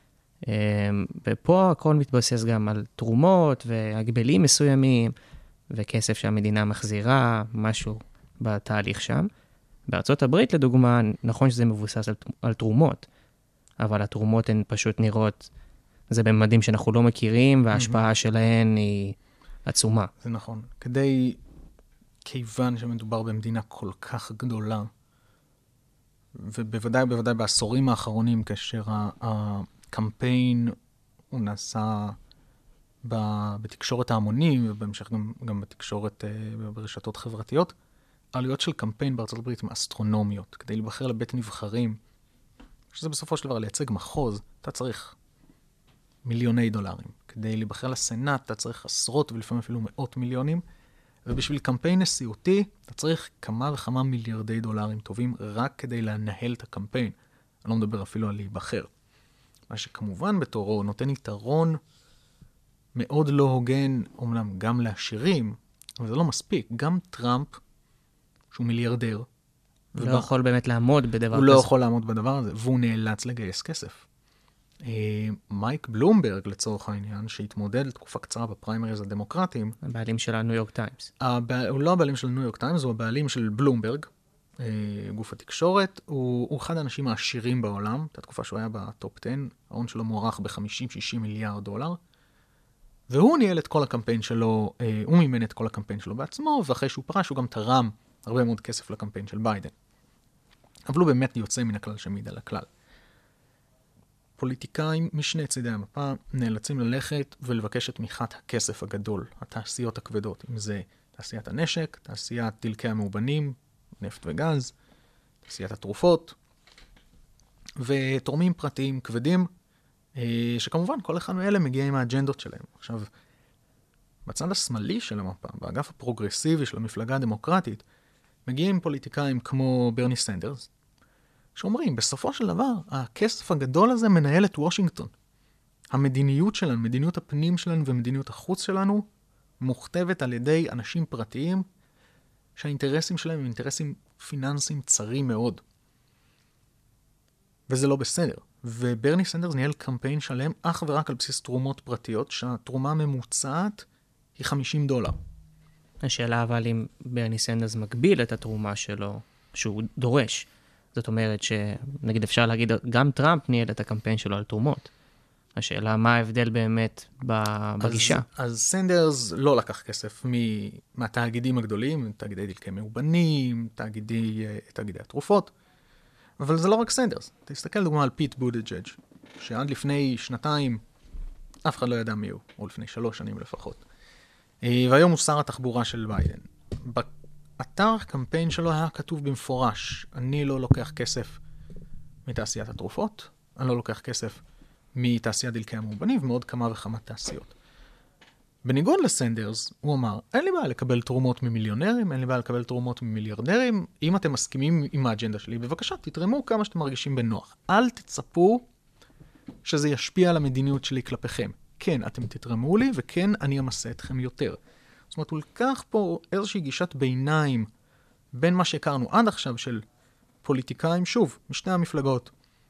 ופה הכל מתבסס גם על תרומות והגבלים מסוימים, וכסף שהמדינה מחזירה, משהו בתהליך שם. בארצות הברית, לדוגמה, נכון שזה מבוסס על תרומות, אבל התרומות הן פשוט נראות, זה בממדים שאנחנו לא מכירים, וההשפעה שלהן היא עצומה. זה נכון. כיוון שמדובר במדינה כל כך גדולה, ובוודאי בעשורים האחרונים, כאשר הקמפיין הוא נעשה בתקשורת ההמונים, ובהמשך גם בתקשורת ברשתות חברתיות, העלויות של קמפיין בארצות הברית הן אסטרונומיות. כדי להיבחר לבית נבחרים, שזה בסופו של דבר לייצג מחוז, אתה צריך מיליוני דולרים. כדי להיבחר לסנאט, אתה צריך עשרות ולפעמים אפילו מאות מיליונים, ובשביל קמפיין נשיאותי, אתה צריך כמה וכמה מיליארדי דולרים טובים רק כדי לנהל את הקמפיין. אני לא מדבר אפילו על להיבחר. מה שכמובן בתורו נותן יתרון מאוד לא הוגן, אומנם גם לעשירים, אבל זה לא מספיק. גם טראמפ, שהוא מיליארדר, הוא לא יכול באמת לעמוד בדבר כזה. הוא לא יכול לעמוד בדבר הזה, והוא נאלץ לגייס כסף. מייק בלומברג, לצורך העניין, שהתמודד לתקופה קצרה בפריימריז הדמוקרטיים. הבעלים של הניו יורק טיימס. הוא לא הבעלים של הניו יורק טיימס, הוא הבעלים של בלומברג, גוף התקשורת. הוא אחד האנשים העשירים בעולם, את התקופה שהוא היה בטופ 10, ההון שלו מוערך ב-50-60 מיליארד דולר, והוא ניהל את כל הקמפיין שלו, הוא מימן את כל הקמפיין שלו בעצמו, ואחרי שהוא פרש הוא גם תרם הרבה מאוד כסף לקמפיין של ביידן. אבל הוא באמת יוצא מן הכלל שמעיד על הכלל. פוליטיקאים משני צידי המפה נאלצים ללכת ולבקש את תמיכת הכסף הגדול, התעשיות הכבדות, אם זה תעשיית הנשק, תעשיית דלקי המאובנים, נפט וגז, תעשיית התרופות, ותורמים פרטיים כבדים, שכמובן כל אחד מאלה מגיע עם האג'נדות שלהם. עכשיו, בצד השמאלי של המפה, באגף הפרוגרסיבי של המפלגה הדמוקרטית, מגיעים פוליטיקאים כמו ברני סנדרס, שאומרים, בסופו של דבר, הכסף הגדול הזה מנהל את וושינגטון. המדיניות שלנו, מדיניות הפנים שלנו ומדיניות החוץ שלנו, מוכתבת על ידי אנשים פרטיים, שהאינטרסים שלהם הם אינטרסים פיננסיים צרים מאוד. וזה לא בסדר. וברני סנדרס ניהל קמפיין שלם אך ורק על בסיס תרומות פרטיות, שהתרומה הממוצעת היא $50. השאלה אבל אם ברני סנדרס מגביל את התרומה שלו, שהוא דורש. זאת אומרת שנגיד אפשר להגיד, גם טראמפ ניהל את הקמפיין שלו על תרומות. השאלה מה ההבדל באמת בגישה. אז סנדרס לא לקח כסף מהתאגידים הגדולים, תאגידי דלקי מאובנים, תאגידי התרופות, אבל זה לא רק סנדרס. תסתכל דוגמה על פיט בוטיג'אג' שעד לפני שנתיים אף אחד לא ידע מי הוא, או לפני 3 שנים לפחות. והיום הוא שר התחבורה של ביידן. באתר הקמפיין שלו היה כתוב במפורש, אני לא לוקח כסף מתעשיית התרופות, אני לא לוקח כסף מתעשיית דלקי המאובנים ומעוד כמה וכמה תעשיות. בניגוד לסנדרס, הוא אמר, אין לי בעיה לקבל תרומות ממיליונרים, אין לי בעיה לקבל תרומות ממיליארדרים, אם אתם מסכימים עם האג'נדה שלי, בבקשה, תתרמו כמה שאתם מרגישים בנוח. אל תצפו שזה ישפיע על המדיניות שלי כלפיכם. כן, אתם תתרמו לי, וכן, אני אמסה אתכם יותר. זאת אומרת, הוא לקח פה איזושהי גישת ביניים בין מה שהכרנו עד עכשיו של פוליטיקאים, שוב, משתי המפלגות,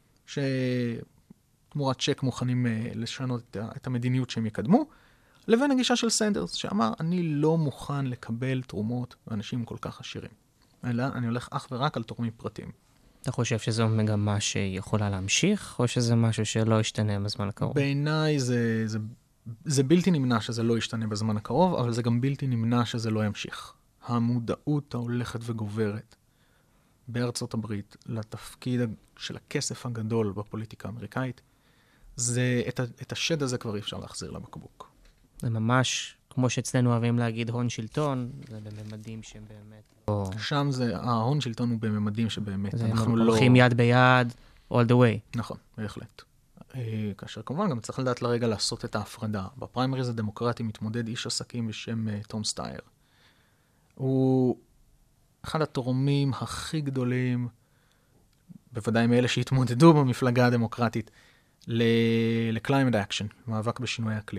שתמורת צ'ק מוכנים לשנות את המדיניות שהם יקדמו, לבין הגישה של סנדרס, שאמר, אני לא מוכן לקבל תרומות מאנשים כל כך עשירים. אלא אני הולך אך ורק על תורמים פרטיים. אתה חושב שזו מגמה שיכולה להמשיך, או שזה משהו שלא ישתנה בזמן הקרוב? בעיניי זה בלתי נמנע שזה לא ישתנה בזמן הקרוב, אבל זה גם בלתי נמנע שזה לא ימשיך. המודעות ההולכת וגוברת בארצות הברית לתפקיד של הכסף הגדול בפוליטיקה האמריקאית, את השד הזה כבר אי אפשר להחזיר לבקבוק. זה ממש, כמו שאצלנו אוהבים להגיד, הון שלטון, זה בממדים שהם באמת לא... שם ההון שלטון הוא בממדים שבאמת אנחנו לא... הולכים יד ביד, all the way. נכון, בהחלט. כאשר כמובן גם צריך לדעת לרגע לעשות את ההפרדה. בפריימריז הדמוקרטי מתמודד איש עסקים בשם תום סטייר. הוא אחד התורמים הכי גדולים, בוודאי מאלה שהתמודדו במפלגה הדמוקרטית, ל-climate action, מאבק בשינוי אקלים.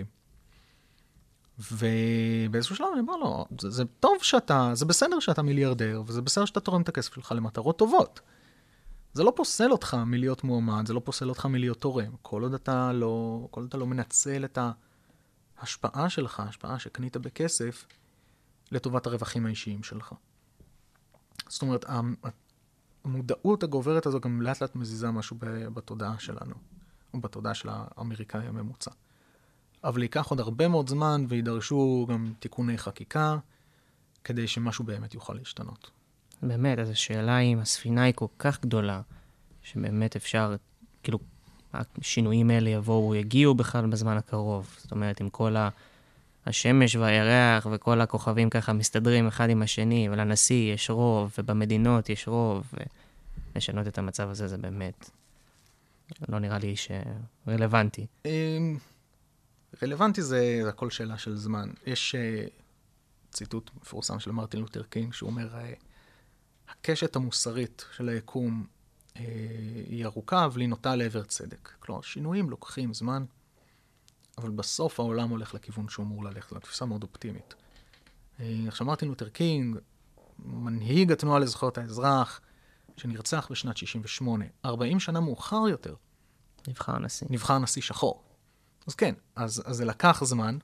ובאיזשהו שלב אני אומר לו, זה טוב זה בסדר שאתה מיליארדר, וזה בסדר שאתה תורם את הכסף שלך למטרות טובות. זה לא פוסל אותך מלהיות מועמד, זה לא פוסל אותך מלהיות תורם. כל עוד אתה לא מנצל את ההשפעה שלך, ההשפעה שקנית בכסף, לטובת הרווחים האישיים שלך. זאת אומרת, המודעות הגוברת הזו גם לאט לאט מזיזה משהו בתודעה שלנו, או בתודעה של האמריקאי הממוצע. אבל ייקח עוד הרבה מאוד זמן, וידרשו גם תיקוני חקיקה, כדי שמשהו באמת יוכל להשתנות. באמת, אז השאלה אם הספינה היא כל כך גדולה, שבאמת אפשר, כאילו, השינויים האלה יגיעו בכלל בזמן הקרוב. זאת אומרת, עם כל השמש והירח וכל הכוכבים ככה מסתדרים אחד עם השני, ולנשיא יש רוב, ובמדינות יש רוב, ולשנות את המצב הזה זה באמת לא נראה לי שרלוונטי. רלוונטי זה הכל שאלה של זמן. יש ציטוט מפורסם של מרטין לותר קינג, שהוא אומר, הקשת המוסרית של היקום היא ארוכה, אבל היא נוטה לעבר צדק. כלומר, שינויים לוקחים זמן, אבל בסוף העולם הולך לכיוון שהוא אמור ללכת. זו תפיסה מאוד אופטימית. עכשיו מרטין לותר קינג, מנהיג התנועה לזכויות האזרח, שנרצח בשנת 68, 40 שנה מאוחר יותר. נבחר נשיא שחור. אז כן, אז זה לקח זמן,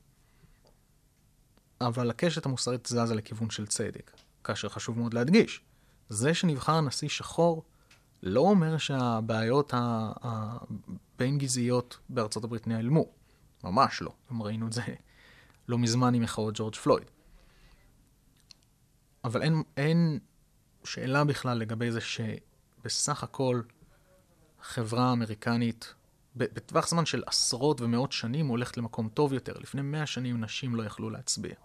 אבל הקשת המוסרית זזה לכיוון של צדק. כאשר חשוב מאוד להדגיש, זה שנבחר נשיא שחור, לא אומר שהבעיות הבין גזעיות בארצות הברית נעלמו. ממש לא. גם ראינו את זה לא מזמן עם מחאות ג'ורג' פלויד. אבל אין שאלה בכלל לגבי זה שבסך הכל החברה האמריקנית, בטווח זמן של עשרות ומאות שנים, הולכת למקום טוב יותר. לפני 100 שנים נשים לא יכלו להצביע.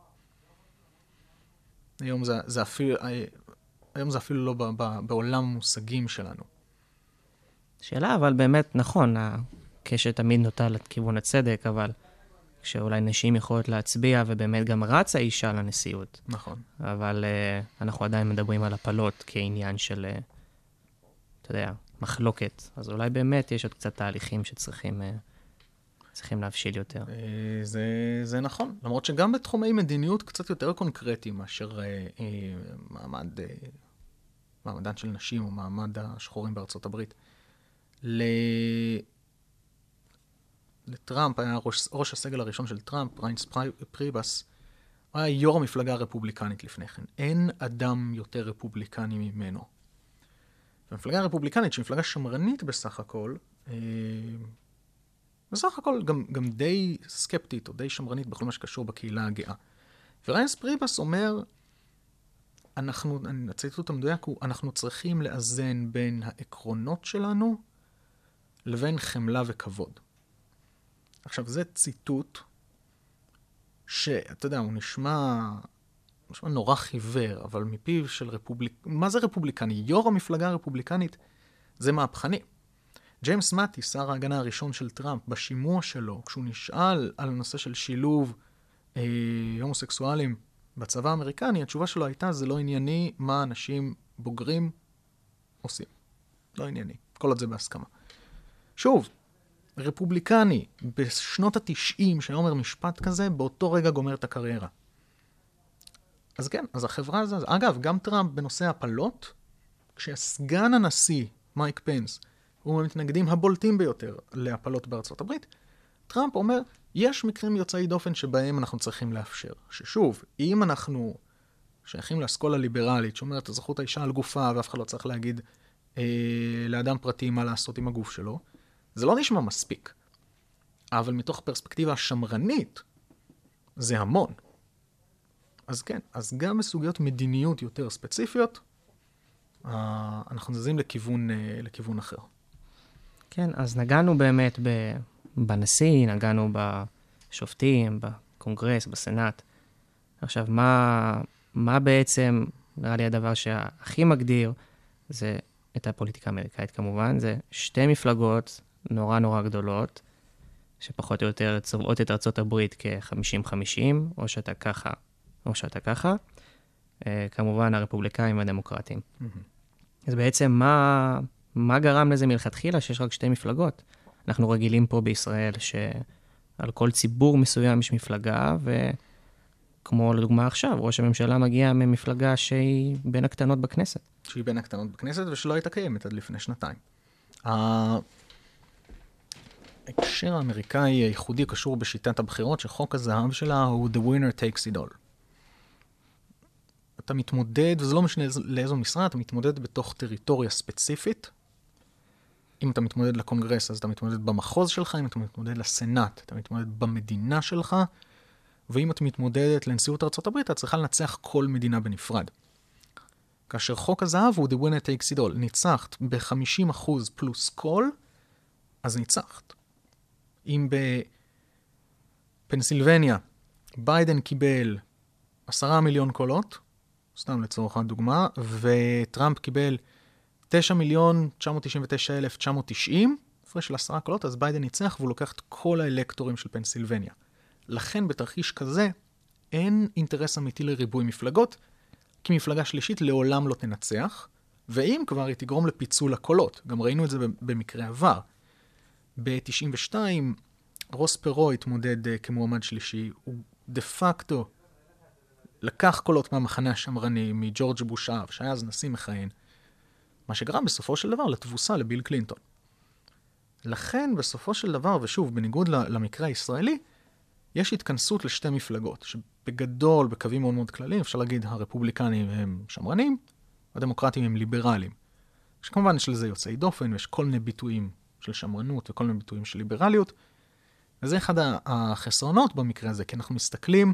היום זה אפילו לא בעולם המושגים שלנו. שאלה, אבל באמת נכון, הקשת תמיד נוטה לכיוון הצדק, אבל כשאולי נשים יכולות להצביע, ובאמת גם רצה אישה לנשיאות. נכון. אבל אנחנו עדיין מדברים על הפלות כעניין של, אתה יודע, מחלוקת. אז אולי באמת יש עוד קצת תהליכים שצריכים להבשיל יותר. זה נכון. למרות שגם בתחומי מדיניות קצת יותר קונקרטיים, מאשר מעמדן של נשים או מעמד השחורים בארצות הברית. לטראמפ, היה ראש הסגל הראשון של טראמפ, ריינס פריבס, היה יו"ר המפלגה הרפובליקנית לפני כן. אין אדם יותר רפובליקני ממנו. המפלגה הרפובליקנית, שהיא מפלגה שמרנית בסך הכל, בסך הכל גם די סקפטית או די שמרנית בכל מה שקשור בקהילה הגאה. וריינס פריבס אומר, אני הציטוט המדויק הוא, אנחנו צריכים לאזן בין העקרונות שלנו לבין חמלה וכבוד. עכשיו, זה ציטוט שאתה יודע, הוא נשמע נורא חיוור, אבל מפיו של מה זה רפובליקני? יו"ר המפלגה הרפובליקנית זה מהפכני. ג'יימס מאטי, שר ההגנה הראשון של טראמפ, בשימוע שלו, כשהוא נשאל על הנושא של שילוב הומוסקסואלים בצבא האמריקני, התשובה שלו הייתה, זה לא ענייני מה אנשים בוגרים עושים. לא ענייני. כל עוד זה בהסכמה. שוב, רפובליקני בשנות ה-90 שהיה אומר משפט כזה, באותו רגע גומר את הקריירה. אז כן, אז החברה הזו, אגב, גם טראמפ בנושא הפלות, כשהסגן הנשיא, מייק פנס, הוא המתנגדים הבולטים ביותר להפלות בארצות הברית, טראמפ אומר, יש מקרים יוצאי דופן שבהם אנחנו צריכים לאפשר. ששוב, אם אנחנו שייכים לאסכולה ליברלית, שאומרת, זכות האישה על גופה, ואף אחד לא צריך להגיד לאדם פרטי מה לעשות עם הגוף שלו, זה לא נשמע מספיק. אבל מתוך פרספקטיבה שמרנית, זה המון. אז כן, אז גם בסוגיות מדיניות יותר ספציפיות, אנחנו זזים לכיוון אחר. כן, אז נגענו באמת בנשיא, נגענו בשופטים, בקונגרס, בסנאט. עכשיו, מה בעצם, נראה לי הדבר שהכי מגדיר, זה את הפוליטיקה האמריקאית כמובן, זה שתי מפלגות נורא נורא גדולות, שפחות או יותר צובעות את ארצות הברית כ-50-50, או שאתה ככה, או שאתה ככה. כמובן, הרפובליקאים והדמוקרטים. אז בעצם מה גרם לזה מלכתחילה שיש רק שתי מפלגות? אנחנו רגילים פה בישראל שעל כל ציבור מסוים יש מפלגה, וכמו לדוגמה עכשיו, ראש הממשלה מגיע ממפלגה שהיא בין הקטנות בכנסת. שהיא בין הקטנות בכנסת ושלא הייתה קיימת עד לפני שנתיים. ההקשר האמריקאי הייחודי קשור בשיטת הבחירות, שחוק הזהב שלה הוא The winner takes it all. אתה מתמודד, וזה לא משנה לאיזו משרה, אתה מתמודד בתוך טריטוריה ספציפית. אם אתה מתמודד לקונגרס, אז אתה מתמודד במחוז שלך, אם אתה מתמודד לסנאט, אתה מתמודד במדינה שלך, ואם את מתמודדת לנשיאות ארצות הברית, אתה צריכה לנצח כל מדינה בנפרד. כאשר חוק הזהב הוא The winner takes it all. ניצחת ב-50% פלוס כל, אז ניצחת. אם בפנסילבניה ביידן קיבל 10 מיליון קולות, סתם לצורך הדוגמה, וטראמפ קיבל 9,999,990, הפרש של 10 קולות, אז ביידן ניצח והוא לוקח את כל האלקטורים של פנסילבניה. לכן בתרחיש כזה אין אינטרס אמיתי לריבוי מפלגות, כי מפלגה שלישית לעולם לא תנצח, ואם כבר היא תגרום לפיצול הקולות. גם ראינו את זה במקרה עבר. ב-92 רוס פרו התמודד כמועמד שלישי, הוא דה פקטו לקח קולות מהמחנה השמרני, מג'ורג' בוש אב, שהיה אז נשיא מכהן, מה שגרם בסופו של דבר לתבוסה לביל קלינטון. לכן בסופו של דבר, ושוב, בניגוד למקרה הישראלי, יש התכנסות לשתי מפלגות, שבגדול, בקווים מאוד מאוד כלליים, אפשר להגיד, הרפובליקנים הם שמרנים, הדמוקרטים הם ליברליים. שכמובן יש לזה יוצאי דופן, ויש כל מיני ביטויים של שמרנות, וכל מיני ביטויים של ליברליות, וזה אחד החסרונות במקרה הזה, כי אנחנו מסתכלים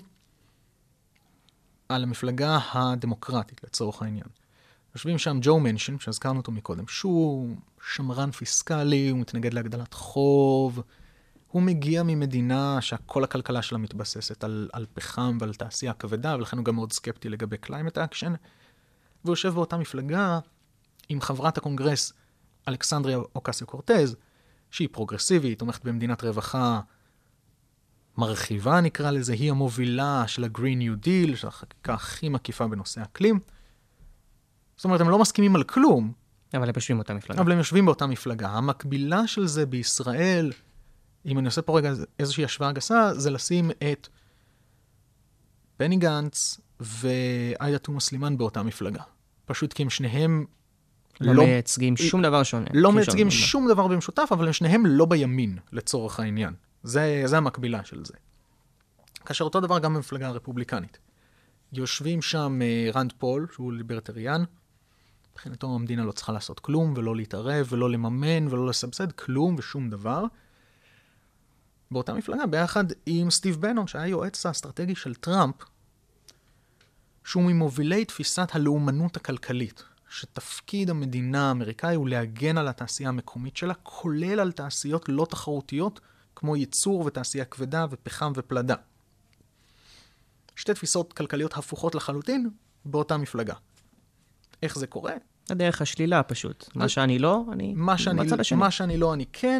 על המפלגה הדמוקרטית, לצורך העניין. יושבים שם ג'ו מנשן, שהזכרנו אותו מקודם, שהוא שמרן פיסקלי, הוא מתנגד להגדלת חוב, הוא מגיע ממדינה שכל הכלכלה שלה מתבססת על פחם ועל תעשייה כבדה, ולכן הוא גם מאוד סקפטי לגבי climate action, והוא יושב באותה מפלגה עם חברת הקונגרס אלכסנדריה אוקסיו קורטז, שהיא פרוגרסיבית, תומכת במדינת רווחה מרחיבה, נקרא לזה, היא המובילה של ה-Green New Deal, של החקיקה הכי מקיפה בנושא אקלים. זאת אומרת, הם לא מסכימים על כלום. אבל הם יושבים באותה מפלגה. אבל הם יושבים באותה מפלגה. המקבילה של זה בישראל, אם אני עושה פה רגע איזושהי השוואה גסה, זה לשים את בני גנץ ועאידה תומא סלימאן באותה מפלגה. פשוט כי הם שניהם לא מייצגים שום דבר שונה. לא מייצגים שום דבר במשותף, אבל הם שניהם לא בימין, לצורך העניין. זה המקבילה של זה. כאשר אותו דבר גם במפלגה הרפובליקנית. יושבים שם רנד פול, שהוא ליברטריאן, מבחינתו המדינה לא צריכה לעשות כלום, ולא להתערב, ולא לממן, ולא לסבסד, כלום ושום דבר. באותה מפלגה, ביחד עם סטיב בנון, שהיה יועץ האסטרטגי של טראמפ, שהוא ממובילי תפיסת הלאומנות הכלכלית, שתפקיד המדינה האמריקאי הוא להגן על התעשייה המקומית שלה, כולל על תעשיות לא תחרותיות, כמו ייצור ותעשייה כבדה ופחם ופלדה. שתי תפיסות כלכליות הפוכות לחלוטין באותה מפלגה. איך זה קורה? הדרך השלילה פשוט. מה שאני לא, אני בצד השני. מה שאני לא, אני כן,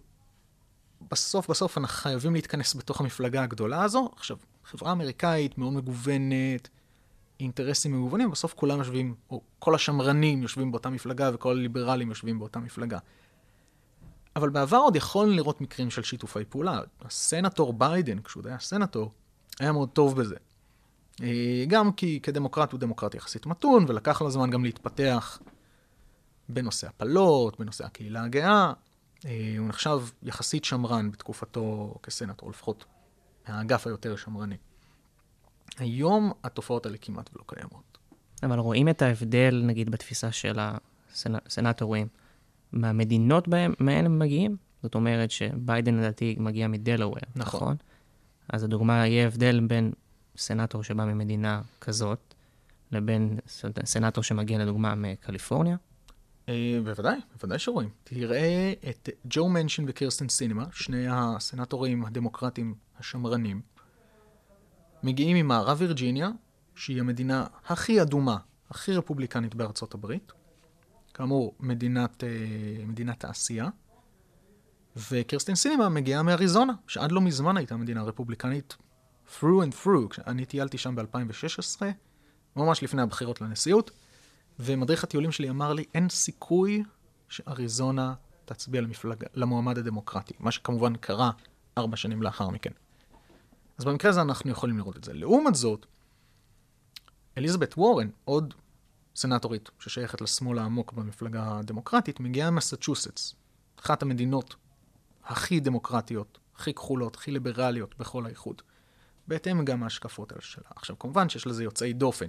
ובסוף אנחנו חייבים להתכנס בתוך המפלגה הגדולה הזו. עכשיו, חברה אמריקאית מאוד מגוונת, אינטרסים מגוונים, בסוף כולם יושבים, או כל השמרנים יושבים באותה מפלגה, וכל הליברלים יושבים באותה מפלגה. אבל בעבר עוד יכולנו לראות מקרים של שיתופי פעולה. הסנטור ביידן, כשהוא היה סנטור, היה מאוד טוב בזה. גם כי כדמוקרט הוא דמוקרט יחסית מתון, ולקח לו זמן גם להתפתח בנושא הפלות, בנושא הקהילה הגאה. הוא נחשב יחסית שמרן בתקופתו כסנטור, לפחות האגף היותר שמרני. היום התופעות האלה כמעט ולא קיימות. אבל רואים את ההבדל, נגיד, בתפיסה של הסנטורים, מהמדינות מהן הם מגיעים? זאת אומרת שביידן לדעתי מגיע מדלוור, נכון? אז הדוגמה יהיה הבדל בין סנטור שבא ממדינה כזאת, לבין סנטור שמגיע לדוגמה מקליפורניה? בוודאי שרואים. תראה את ג'ו מנשן וקירסטן סינמה, שני הסנטורים הדמוקרטים השמרנים, מגיעים ממערב וירג'יניה, שהיא המדינה הכי אדומה, הכי רפובליקנית בארצות הברית, כאמור, מדינת תעשייה, וקירסטן סינמה מגיעה מאריזונה, שעד לא מזמן הייתה מדינה רפובליקנית through and through. כשאני טיילתי שם ב-2016, ממש לפני הבחירות לנשיאות, ומדריך הטיולים שלי אמר לי, אין סיכוי שאריזונה תצביע למועמד הדמוקרטי, מה שכמובן קרה 4 שנים לאחר מכן. אז במקרה הזה אנחנו יכולים לראות את זה. לעומת זאת, אליזבת וורן, עוד סנטורית ששייכת לשמאל העמוק במפלגה הדמוקרטית, מגיעה ממסצ'וסטס, אחת המדינות הכי דמוקרטיות, הכי כחולות, הכי ליברליות בכל האיחוד. בהתאם גם ההשקפות האלה שלה. עכשיו, כמובן שיש לזה יוצאי דופן.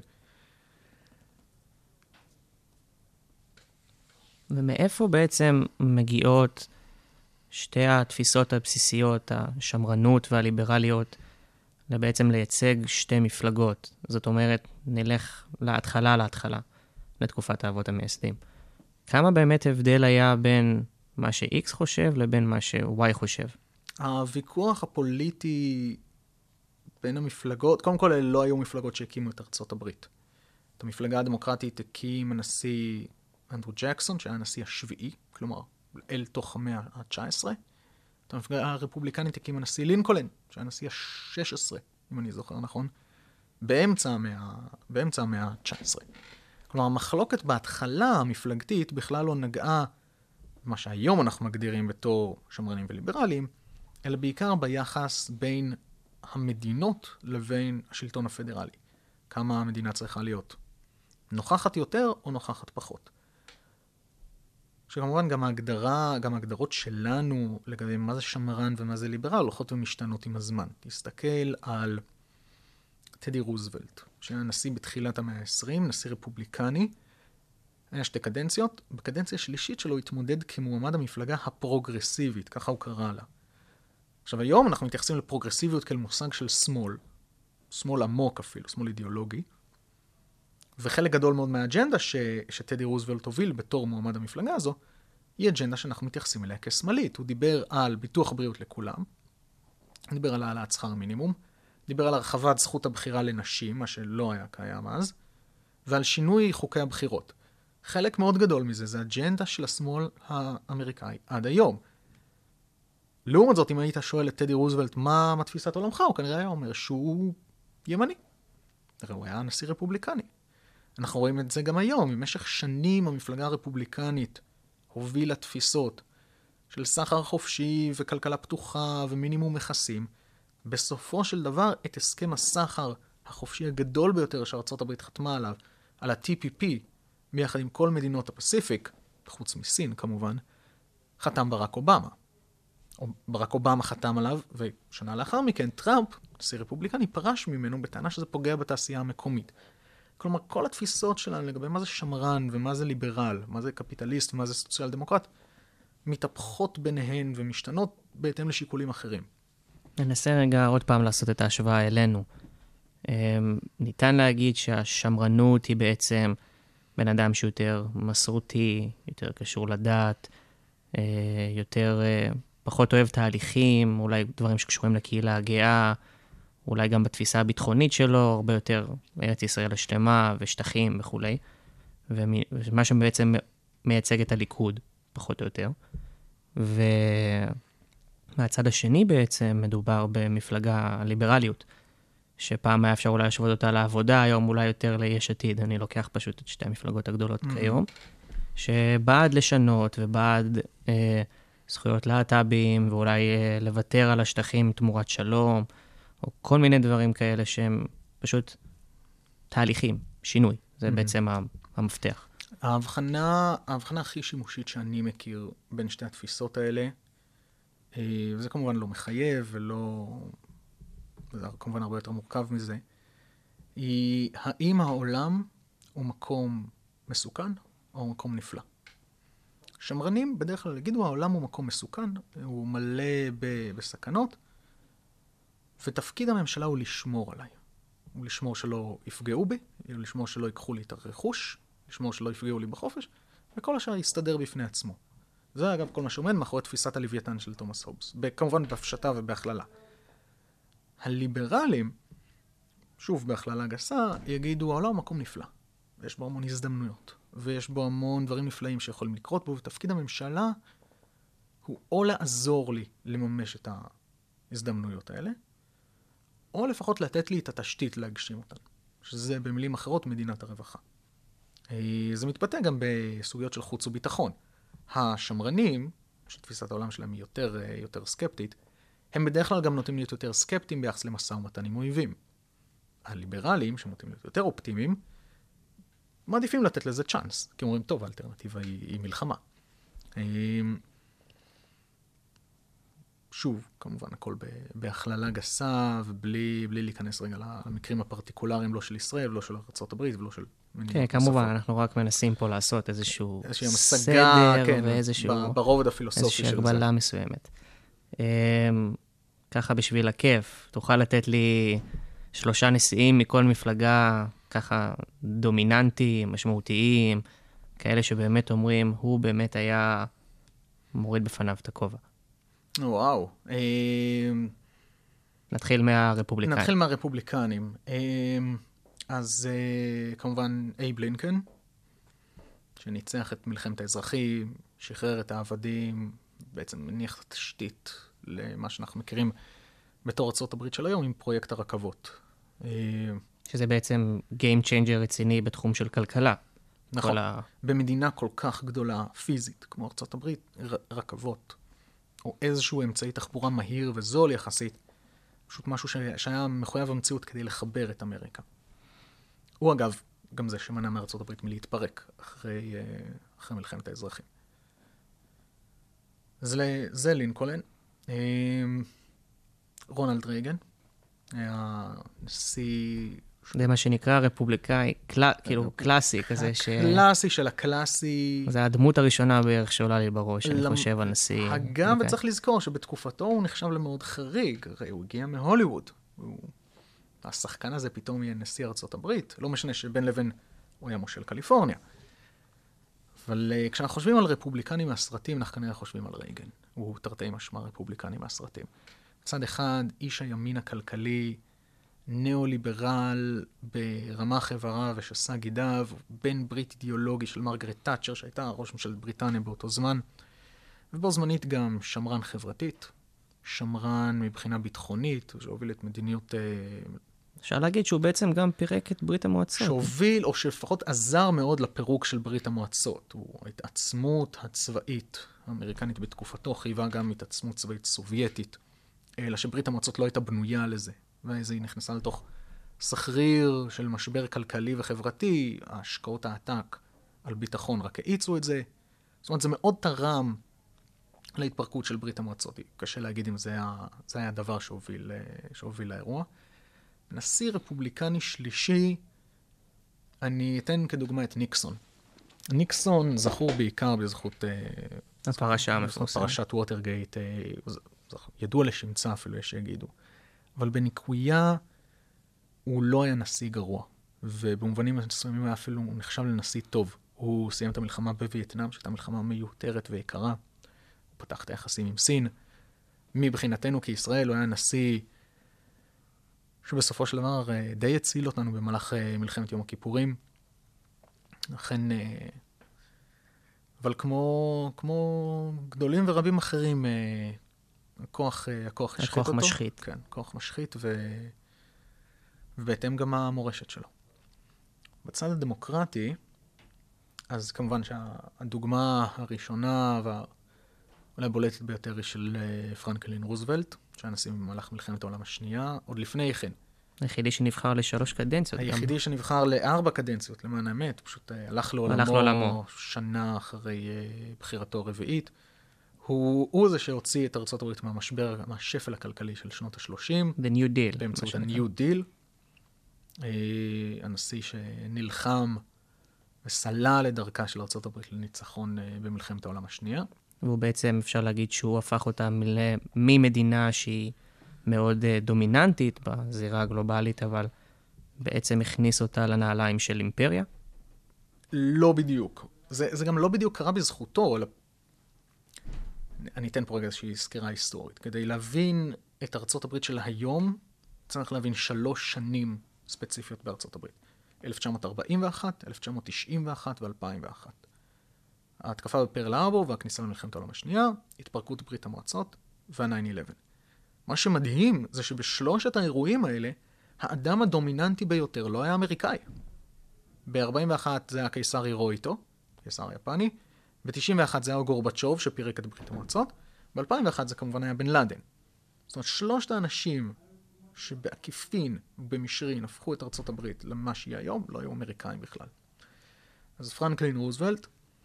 ומאיפה בעצם מגיעות שתי התפיסות הבסיסיות, השמרנות והליברליות, בעצם לייצג שתי מפלגות? זאת אומרת, נלך להתחלה, לתקופת האבות המייסדים. כמה באמת הבדל היה בין מה ש-X חושב לבין מה ש-Y חושב? הוויכוח הפוליטי בין המפלגות, קודם כל לא היו מפלגות שהקימו את ארצות הברית. את המפלגה הדמוקרטית הקים הנשיא אנדרו ג'קסון, שהיה הנשיא השביעי, כלומר, אל תוך המאה ה-19. את המפלגה הרפובליקנית הקים הנשיא לינקולן, שהיה הנשיא ה-16, אם אני זוכר נכון, באמצע המאה ה-19. כלומר, המחלוקת בהתחלה המפלגתית בכלל לא נגעה מה שהיום אנחנו מגדירים בתור שמרנים וליברליים, אלא בעיקר ביחס בין המדינות לבין השלטון הפדרלי. כמה המדינה צריכה להיות נוכחת יותר או נוכחת פחות. שכמובן גם ההגדרות שלנו לגבי מה זה שמרן ומה זה ליברל הולכות ומשתנות עם הזמן. תסתכל על טדי רוזוולט, שהיה נשיא בתחילת המאה ה-20, נשיא רפובליקני, היה 2 קדנציות. בקדנציה השלישית שלו התמודד כמועמד המפלגה הפרוגרסיבית, ככה הוא קרא לה. עכשיו היום אנחנו מתייחסים לפרוגרסיביות כאל מושג של שמאל עמוק אפילו, שמאל אידיאולוגי, וחלק גדול מאוד מהאג'נדה שטדי רוזוולט הוביל בתור מועמד המפלגה הזו, היא אג'נדה שאנחנו מתייחסים אליה כשמאלית. הוא דיבר על ביטוח בריאות לכולם, דיבר על העלאת שכר מינימום, דיבר על הרחבת זכות הבחירה לנשים, מה שלא היה קיים אז, ועל שינוי חוקי הבחירות. חלק מאוד גדול מזה, זה אג'נדה של השמאל האמריקאי עד היום. לעומת זאת, אם היית שואל את טדי רוזוולט מה תפיסת עולמך, הוא כנראה היה אומר שהוא ימני. הרי הוא היה נשיא רפובליקני. אנחנו רואים את זה גם היום. במשך שנים המפלגה הרפובליקנית הובילה תפיסות של סחר חופשי וכלכלה פתוחה ומינימום מכסים. בסופו של דבר, את הסכם הסחר החופשי הגדול ביותר שארצות הברית חתמה עליו, על ה-TPP, ביחד עם כל מדינות הפסיפיק, חוץ מסין כמובן, חתם ברק אובמה. ברק אובמה חתם עליו, ושנה לאחר מכן טראמפ, נשיא רפובליקני, פרש ממנו בטענה שזה פוגע בתעשייה המקומית. כלומר, כל התפיסות שלנו לגבי מה זה שמרן ומה זה ליברל, מה זה קפיטליסט ומה זה סוציאל דמוקרט, מתהפכות ביניהן ומשתנות בהתאם לשיקולים אחרים. ננסה רגע עוד פעם לעשות את ההשוואה אלינו. ניתן להגיד שהשמרנות היא בעצם בן אדם שיותר מסורתי, יותר קשור לדת, יותר פחות אוהב תהליכים, אולי דברים שקשורים לקהילה הגאה, אולי גם בתפיסה הביטחונית שלו, הרבה יותר ארץ ישראל השלמה ושטחים וכו'. ומה שבעצם מייצג את הליכוד, פחות או יותר. ומהצד השני בעצם מדובר במפלגה ליברליות, שפעם היה אפשר אולי להשוות אותה לעבודה, היום אולי יותר ליש עתיד. אני לוקח פשוט את שתי המפלגות הגדולות כיום, שבעד לשנות ובעד זכויות להט"בים, ואולי לוותר על השטחים תמורת שלום, או כל מיני דברים כאלה שהם פשוט תהליכים, שינוי. זה בעצם המפתח. ההבחנה הכי שימושית שאני מכיר בין שתי התפיסות האלה, וזה כמובן לא מחייב זה כמובן הרבה יותר מורכב מזה, היא האם העולם הוא מקום מסוכן או מקום נפלא. שמרנים בדרך כלל יגידו, העולם הוא מקום מסוכן, הוא מלא בסכנות, ותפקיד הממשלה הוא לשמור עליי. הוא לשמור שלא יפגעו בי, לשמור שלא ייקחו לי את הרכוש, לשמור שלא יפגעו לי בחופש, וכל השאר יסתדר בפני עצמו. זה אגב כל מה שעומד מאחורי תפיסת הלוויתן של תומאס הובס. כמובן בהפשטה ובהכללה. הליברלים, שוב בהכללה גסה, יגידו, העולם הוא מקום נפלא. ויש בו המון הזדמנויות. ויש בו המון דברים נפלאים שיכולים לקרות בו, ותפקיד הממשלה הוא או לעזור לי לממש את ההזדמנויות האלה, או לפחות לתת לי את התשתית להגשים אותן. שזה במילים אחרות מדינת הרווחה. זה מתבטא גם בסוגיות של חוץ וביטחון. השמרנים, שתפיסת העולם שלהם היא יותר סקפטית, הם בדרך כלל גם נוטים להיות יותר סקפטיים ביחס למשא ומתן עם אויבים. הליברלים, שנוטים להיות יותר אופטימיים, מעדיפים לתת לזה צ'אנס, כי אומרים, טוב, האלטרנטיבה היא מלחמה. שוב, כמובן, הכל בהכללה גסה, ובלי להיכנס רגע למקרים הפרטיקולריים, לא של ישראל, לא של ארצות הברית, ולא של מדינות כן, כמובן, אנחנו רק מנסים פה לעשות איזשהו סדר, ואיזשהו ברובד הפילוסופי של זה. איזושהי הגבלה מסוימת. ככה בשביל הכיף, תוכל לתת לי 3 נשיאים מכל מפלגה, ככה דומיננטיים, משמעותיים, כאלה שבאמת אומרים, הוא באמת היה מוריד בפניו את הכובע. וואו. נתחיל מהרפובליקנים. אז כמובן אייב לינקולן, שניצח את מלחמת האזרחים, שחרר את העבדים, בעצם מניח את התשתית למה שאנחנו מכירים בתור ארצות הברית של היום עם פרויקט הרכבות. שזה בעצם game changer רציני בתחום של כלכלה. נכון. במדינה כל כך גדולה, פיזית, כמו ארצות הברית, רכבות, או איזשהו אמצעי תחבורה מהיר וזול יחסית, פשוט משהו שהיה מחויב המציאות כדי לחבר את אמריקה. הוא אגב, גם זה שמנע מארצות הברית מלהתפרק אחרי מלחמת האזרחים. זה לינקולן. רונלד רייגן, היה נשיא... זה מה שנקרא רפובליקאי, כאילו קלאסי כזה ש... הקלאסי של הקלאסי... זה הדמות הראשונה בערך שעולה לי בראש, אני חושב על נשיא... אגב, וצריך לזכור שבתקופתו הוא נחשב למאוד חריג, הרי הוא הגיע מהוליווד. השחקן הזה פתאום יהיה נשיא ארצות הברית, לא משנה שבין לבין הוא היה מושל קליפורניה. אבל כשאנחנו חושבים על רפובליקנים מהסרטים, אנחנו כנראה חושבים על רייגן. הוא תרתי משמע רפובליקני מהסרטים. מצד אחד, איש הימין הכלכלי, ניאו-ליברל ברמה חברה ושסה גידיו, בן ברית אידיאולוגי של מרגרט תאצ'ר, שהייתה ראש ממשלת בריטניה באותו זמן, ובו זמנית גם שמרן חברתית, שמרן מבחינה ביטחונית, שהוביל את מדיניות... אפשר להגיד שהוא בעצם גם פירק את ברית המועצות. שהוביל, או שלפחות עזר מאוד לפירוק של ברית המועצות. ההתעצמות הצבאית האמריקנית בתקופתו חייבה גם התעצמות צבאית סובייטית, אלא שברית המועצות לא הייתה בנויה לזה. ואז היא נכנסה לתוך סחריר של משבר כלכלי וחברתי, ההשקעות העתק על ביטחון רק האיצו את זה. זאת אומרת, זה מאוד תרם להתפרקות של ברית המועצות. קשה להגיד אם זה היה הדבר שהוביל לאירוע. נשיא רפובליקני שלישי, אני אתן כדוגמה את ניקסון. ניקסון זכור בעיקר בזכות... הפרשה המפורסמת. פרשת ווטרגייט, ידוע לשמצה אפילו יש שיגידו. אבל בניקויה הוא לא היה נשיא גרוע. ובמובנים מסוימים היה אפילו הוא נחשב לנשיא טוב. הוא סיים את המלחמה בווייטנאם, שהייתה מלחמה מיותרת ויקרה. הוא פתח את היחסים עם סין. מבחינתנו כישראל הוא היה נשיא... שבסופו של דבר די הציל אותנו במהלך מלחמת יום הכיפורים. לכן, אבל כמו גדולים ורבים אחרים, הכוח השחית אותו. הכוח משחית. כן, כוח משחית, ובהתאם גם המורשת שלו. בצד הדמוקרטי, אז כמובן שהדוגמה הראשונה ואולי בולטת ביותר היא של פרנקלין רוזוולט, שהיה נשיא במהלך מלחמת העולם השנייה, עוד לפני כן. היחידי שנבחר ל3 קדנציות. היחידי שנבחר ל4 קדנציות, למען האמת, פשוט הלך לעולמו שנה אחרי בחירתו הרביעית. הוא זה שהוציא את ארצות הברית מהמשבר, מהשפל הכלכלי של שנות ה-30. The New Deal. באמצעות ה-New Deal. הנשיא שנלחם וסלל את דרכה של ארצות הברית לניצחון במלחמת העולם השנייה. והוא בעצם, אפשר להגיד שהוא הפך אותה ממדינה שהיא מאוד דומיננטית בזירה הגלובלית, אבל בעצם הכניס אותה לנעליים של אימפריה? לא בדיוק. זה גם לא בדיוק קרה בזכותו, אלא... אני אתן פה רגע איזושהי סקירה היסטורית. כדי להבין את ארצות הברית של היום, צריך להבין 3 שנים ספציפיות בארצות הברית. 1941, 1991 ו-2001. ההתקפה בפרל הארבור והכניסה למלחמת העולם השנייה, התפרקות ברית המועצות וה-9/11. מה שמדהים זה שבשלושת האירועים האלה, האדם הדומיננטי ביותר לא היה אמריקאי. ב-41 זה היה קיסר הירוהיטו, קיסר היפני, ב-91 זה היה גורבצ'וב שפירק את ברית המועצות, ב-2001 זה כמובן היה בן לאדן. זאת אומרת, 3 האנשים שבעקיפין ובמשרין הפכו את ארצות הברית למה שהיא היום, לא היו אמריקאים בכלל. אז פרנקלין רוזוולט,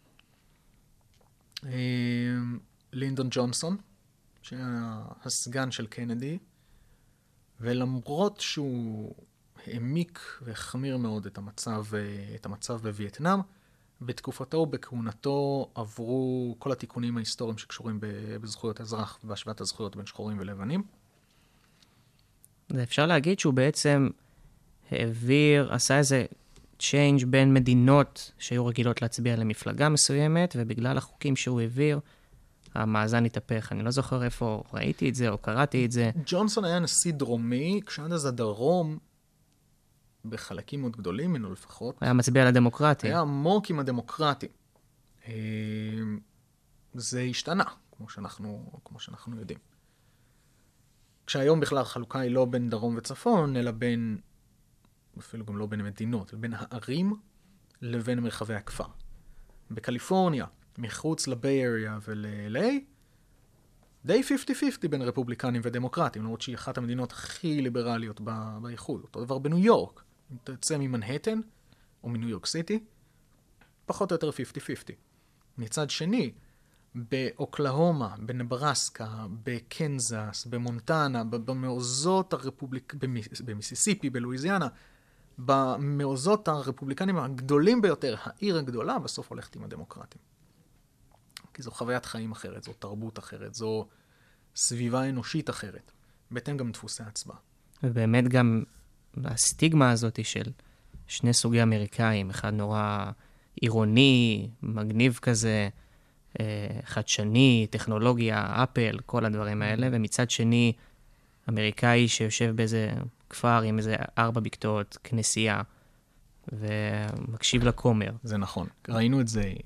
לינדון ג'ונסון, שהיה הסגן של קנדי, ולמרות שהוא העמיק והחמיר מאוד את המצב בווייטנאם, בתקופתו ובכהונתו עברו כל התיקונים ההיסטוריים שקשורים בזכויות האזרח ובהשוואת הזכויות בין שחורים ולבנים. אפשר להגיד שהוא בעצם עשה איזה צ'יינג' בין מדינות שהיו רגילות להצביע למפלגה מסוימת, ובגלל החוקים שהוא העביר, המאזן התהפך. אני לא זוכר איפה ראיתי את זה או קראתי את זה. ג'ונסון היה נשיא דרומי, כשעד אז הדרום, בחלקים מאוד גדולים ממנו לפחות, היה מצביע לדמוקרטי. היה עמוק עם הדמוקרטי. זה השתנה, כמו שאנחנו יודעים. כשהיום בכלל החלוקה היא לא בין דרום וצפון, אלא בין, אפילו גם לא בין מדינות, אלא בין הערים לבין מרחבי הכפר. בקליפורניה, מחוץ לביי אריה ול-LA, די 50-50 בין רפובליקנים ודמוקרטים, למרות שהיא אחת המדינות הכי ליברליות באיחוד. אותו דבר בניו יורק. אם תצא ממנהטן, או מניו יורק סיטי, פחות או יותר 50-50. מצד שני, באוקלהומה, בנברסקה, בקנזס, במונטנה, במעוזות במיסיסיפי, בלואיזיאנה, במעוזות הרפובליקנים הגדולים ביותר, העיר הגדולה, בסוף הולכת עם הדמוקרטים. כי זו חוויית חיים אחרת, זו תרבות אחרת, זו סביבה אנושית אחרת. בהתאם גם דפוסי הצבעה. ובאמת גם הסטיגמה הזאת של 2 סוגי אמריקאים, אחד נורא עירוני, מגניב כזה, חדשני, טכנולוגיה, אפל, כל הדברים האלה, ומצד שני, אמריקאי שיושב באיזה כפר עם איזה 4 בקתות, כנסייה, ומקשיב לכומר. זה נכון. ראינו את זה.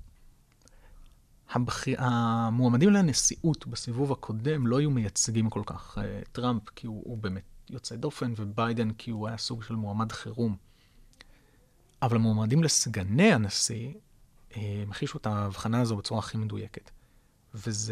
המועמדים לנשיאות בסיבוב הקודם לא היו מייצגים כל כך. טראמפ כי הוא באמת יוצא דופן, וביידן כי הוא היה סוג של מועמד חירום. אבל המועמדים לסגני הנשיא, מחישו את ההבחנה הזו בצורה הכי מדויקת. וזה...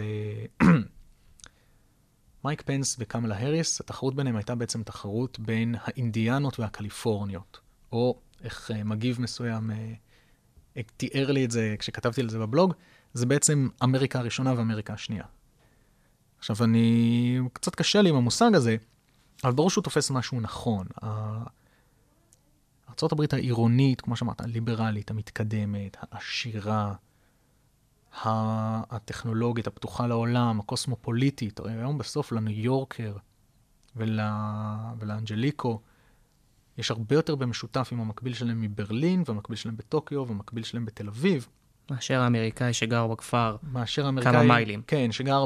מייק פנס וקמלה הריס, התחרות ביניהם הייתה בעצם תחרות בין האינדיאנות והקליפורניות. או איך מגיב מסוים תיאר לי את זה כשכתבתי על זה בבלוג, זה בעצם אמריקה הראשונה ואמריקה השנייה. עכשיו, קצת קשה לי עם המושג הזה, אבל ברור שהוא תופס משהו נכון. ארצות הברית העירונית, כמו שאמרת, הליברלית, המתקדמת, העשירה, הטכנולוגית, הפתוחה לעולם, הקוסמופוליטית, הרי היום בסוף לניו יורקר ולאנג'ליקו, יש הרבה יותר במשותף עם המקביל שלהם מברלין, והמקביל שלהם בטוקיו, והמקביל שלהם בתל אביב. מאשר האמריקאי שגר בכפר כמה מיילים. כן, שגר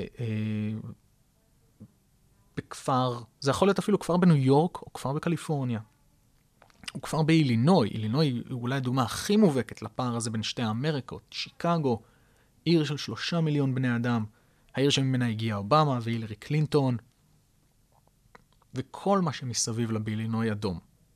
בכפר, זה יכול להיות אפילו כפר בניו יורק, או כפר בקליפורניה. או כפר באילינוי. אילינוי היא אולי הדוגמה הכי מובהקת לפער הזה בין שתי האמריקות. שיקגו, עיר של 3 מיליון בני אדם, העיר שממנה הגיע אובמה והילרי קלינטון, וכל מה שמסביב לה באילינוי אדום.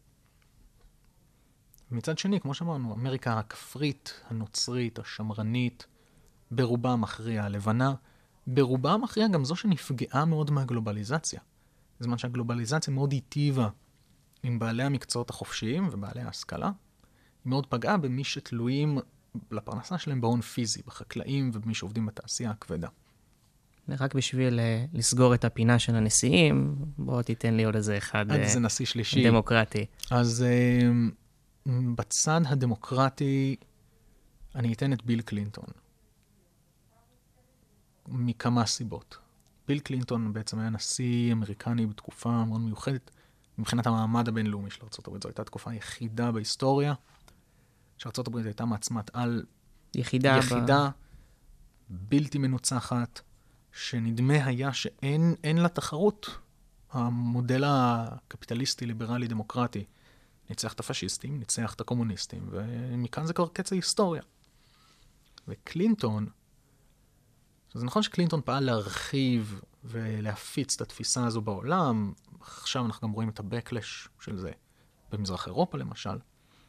מצד שני, כמו שאמרנו, אמריקה הכפרית, הנוצרית, השמרנית, ברובה המכריע הלבנה, ברובה המכריע גם זו שנפגעה מאוד מהגלובליזציה. בזמן שהגלובליזציה מאוד היטיבה עם בעלי המקצועות החופשיים ובעלי ההשכלה. היא מאוד פגעה במי שתלויים לפרנסה שלהם בהון פיזי, בחקלאים ובמי שעובדים בתעשייה הכבדה. רק בשביל לסגור את הפינה של הנשיאים, בוא תיתן לי עוד איזה אחד זה נשיא שלישי. דמוקרטי. אז בצד הדמוקרטי, אני אתן את ביל קלינטון. מכמה סיבות. ביל קלינטון בעצם היה נשיא אמריקני בתקופה מאוד מיוחדת, מבחינת המעמד הבינלאומי של ארצות הברית. זו הייתה התקופה היחידה בהיסטוריה, שארצות הברית הייתה מעצמת על יחידה בלתי מנוצחת, שנדמה היה שאין לה תחרות. המודל הקפיטליסטי, ליברלי, דמוקרטי, ניצח את הפשיסטים, ניצח את הקומוניסטים, ומכאן זה כבר קץ ההיסטוריה. וקלינטון, זה נכון שקלינטון פעל להרחיב ולהפיץ את התפיסה הזו בעולם, עכשיו אנחנו גם רואים את הבקלש של זה במזרח אירופה למשל,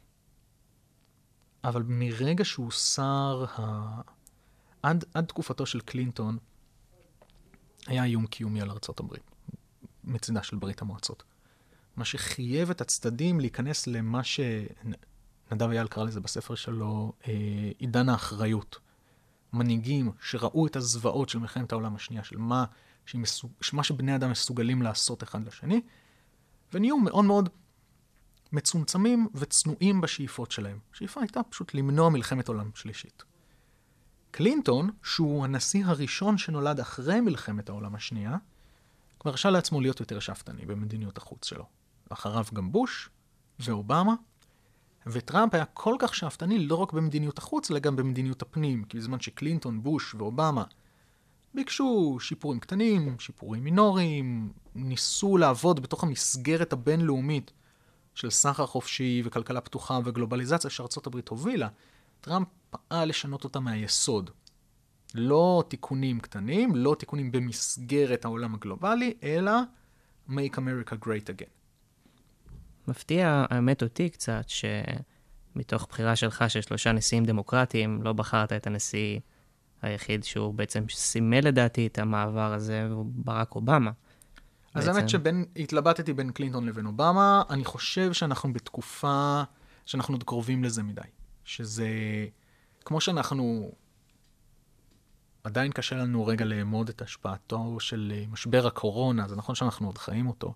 אבל מרגע שהוא שר, עד תקופתו של קלינטון, היה איום קיומי על ארצות הברית, מצדה של ברית המועצות. מה שחייב את הצדדים להיכנס למה שנדב אייל קרא לזה בספר שלו, עידן האחריות. מנהיגים שראו את הזוועות של מלחמת העולם השנייה, של מה שבני אדם מסוגלים לעשות אחד לשני, ונהיו מאוד מאוד מצומצמים וצנועים בשאיפות שלהם. השאיפה הייתה פשוט למנוע מלחמת עולם שלישית. קלינטון, שהוא הנשיא הראשון שנולד אחרי מלחמת העולם השנייה, כבר הרשה לעצמו להיות יותר שאפתני במדיניות החוץ שלו. אחריו גם בוש ואובמה, וטראמפ היה כל כך שאפתני לא רק במדיניות החוץ, אלא גם במדיניות הפנים, כי בזמן שקלינטון, בוש ואובמה ביקשו שיפורים קטנים, שיפורים מינוריים, ניסו לעבוד בתוך המסגרת הבינלאומית של סחר חופשי וכלכלה פתוחה וגלובליזציה שארצות הברית הובילה, טראמפ פעל לשנות אותה מהיסוד. לא תיקונים קטנים, לא תיקונים במסגרת העולם הגלובלי, אלא Make America Great Again. מפתיע, האמת אותי קצת, שמתוך בחירה שלך של 3 נשיאים דמוקרטיים, לא בחרת את הנשיא היחיד שהוא בעצם סימל לדעתי את המעבר הזה, הוא ברק אובמה. אז האמת שהתלבטתי בין קלינטון לבין אובמה, אני חושב שאנחנו בתקופה שאנחנו עוד קרובים לזה מדי. שזה, כמו שאנחנו, עדיין קשה לנו רגע לאמוד את השפעתו של משבר הקורונה, זה נכון שאנחנו עוד חיים אותו.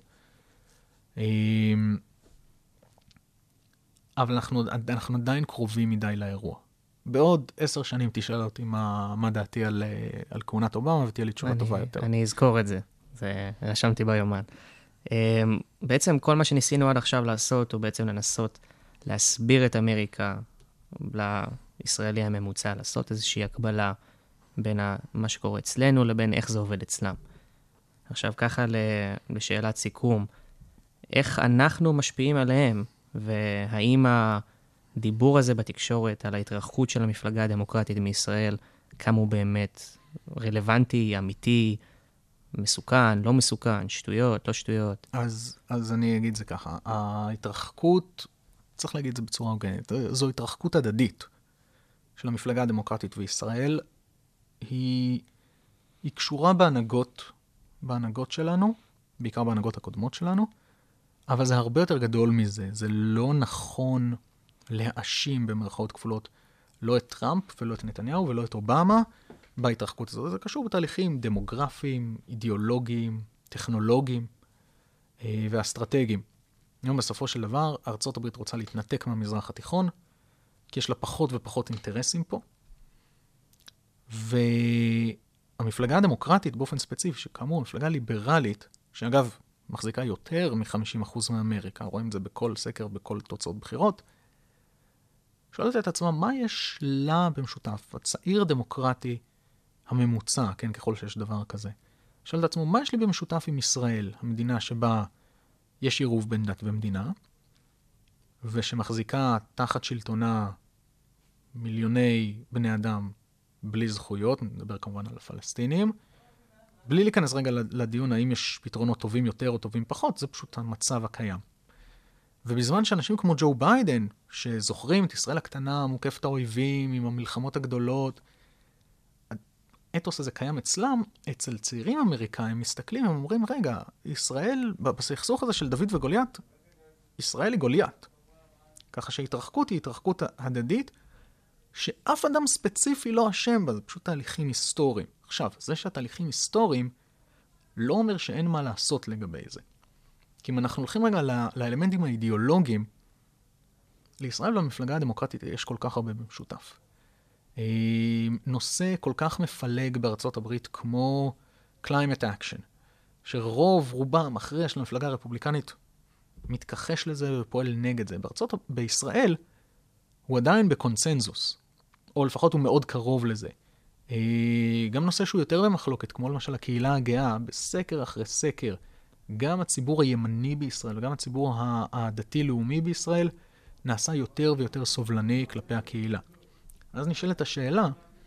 אבל אנחנו עדיין קרובים מדי לאירוע. בעוד 10 שנים תשאל אותי מה דעתי על כהונת אובמה, ותהיה לי תשובה טובה יותר. אני אזכור את זה. זה רשמתי ביומן. בעצם כל מה שניסינו עד עכשיו לעשות, הוא בעצם לנסות להסביר את אמריקה לישראלי הממוצע, לעשות איזושהי הקבלה בין מה שקורה אצלנו לבין איך זה עובד אצלם. עכשיו ככה לשאלת סיכום, איך אנחנו משפיעים עליהם, והאם הדיבור הזה בתקשורת על ההתרחקות של המפלגה הדמוקרטית מישראל, כמה הוא באמת רלוונטי, אמיתי, מסוכן, לא מסוכן, שטויות, לא שטויות. אז אני אגיד זה ככה, ההתרחקות, צריך להגיד את זה בצורה הוגנת, זו התרחקות הדדית של המפלגה הדמוקרטית וישראל, היא קשורה בהנהגות שלנו, בעיקר בהנהגות הקודמות שלנו, אבל זה הרבה יותר גדול מזה. זה לא נכון להאשים במרכאות כפולות לא את טראמפ ולא את נתניהו ולא את אובמה בהתרחקות הזאת. זה קשור בתהליכים דמוגרפיים, אידיאולוגיים, טכנולוגיים ואסטרטגיים. היום בסופו של דבר, ארצות הברית רוצה להתנתק מהמזרח התיכון, כי יש לה פחות ופחות אינטרסים פה. והמפלגה הדמוקרטית באופן ספציפי, שכאמור, מפלגה ליברלית, שאגב, מחזיקה יותר מ-50% מאמריקה, רואים את זה בכל סקר, בכל תוצאות בחירות, שואלת את עצמה, מה יש לה במשותף? הצעיר דמוקרטי הממוצע, כן, ככל שיש דבר כזה. שואלת את עצמו, מה יש לי במשותף עם ישראל, המדינה שבה יש עירוב בין דת ומדינה, ושמחזיקה תחת שלטונה מיליוני בני אדם בלי זכויות, נדבר כמובן על הפלסטינים, בלי להיכנס רגע לדיון האם יש פתרונות טובים יותר או טובים פחות, זה פשוט המצב הקיים. ובזמן שאנשים כמו ג'ו ביידן, שזוכרים את ישראל הקטנה, מוקפת האויבים, עם המלחמות הגדולות, האתוס הזה קיים אצלם, אצל צעירים אמריקאים מסתכלים, הם אומרים, רגע, ישראל, בסכסוך הזה של דוד וגוליית, ישראל היא גוליית. ככה שההתרחקות היא התרחקות הדדית, שאף אדם ספציפי לא אשם בה, זה פשוט תהליכים היסטוריים. עכשיו, זה שהתהליכים היסטוריים לא אומר שאין מה לעשות לגבי זה. כי אם אנחנו הולכים רגע לאלמנטים האידיאולוגיים, לישראל ולמפלגה הדמוקרטית יש כל כך הרבה במשותף. נושא כל כך מפלג בארצות הברית כמו climate action, רובם אחרי של המפלגה הרפובליקנית מתכחש לזה ופועל נגד זה. בישראל הוא עדיין בקונסנזוס, או לפחות הוא מאוד קרוב לזה. גם נושא שהוא יותר במחלוקת, כמו למשל הקהילה הגאה, בסקר אחרי סקר, גם הציבור הימני בישראל וגם הציבור הדתי-לאומי בישראל נעשה יותר ויותר סובלני כלפי הקהילה. אז נשאלת השאלה,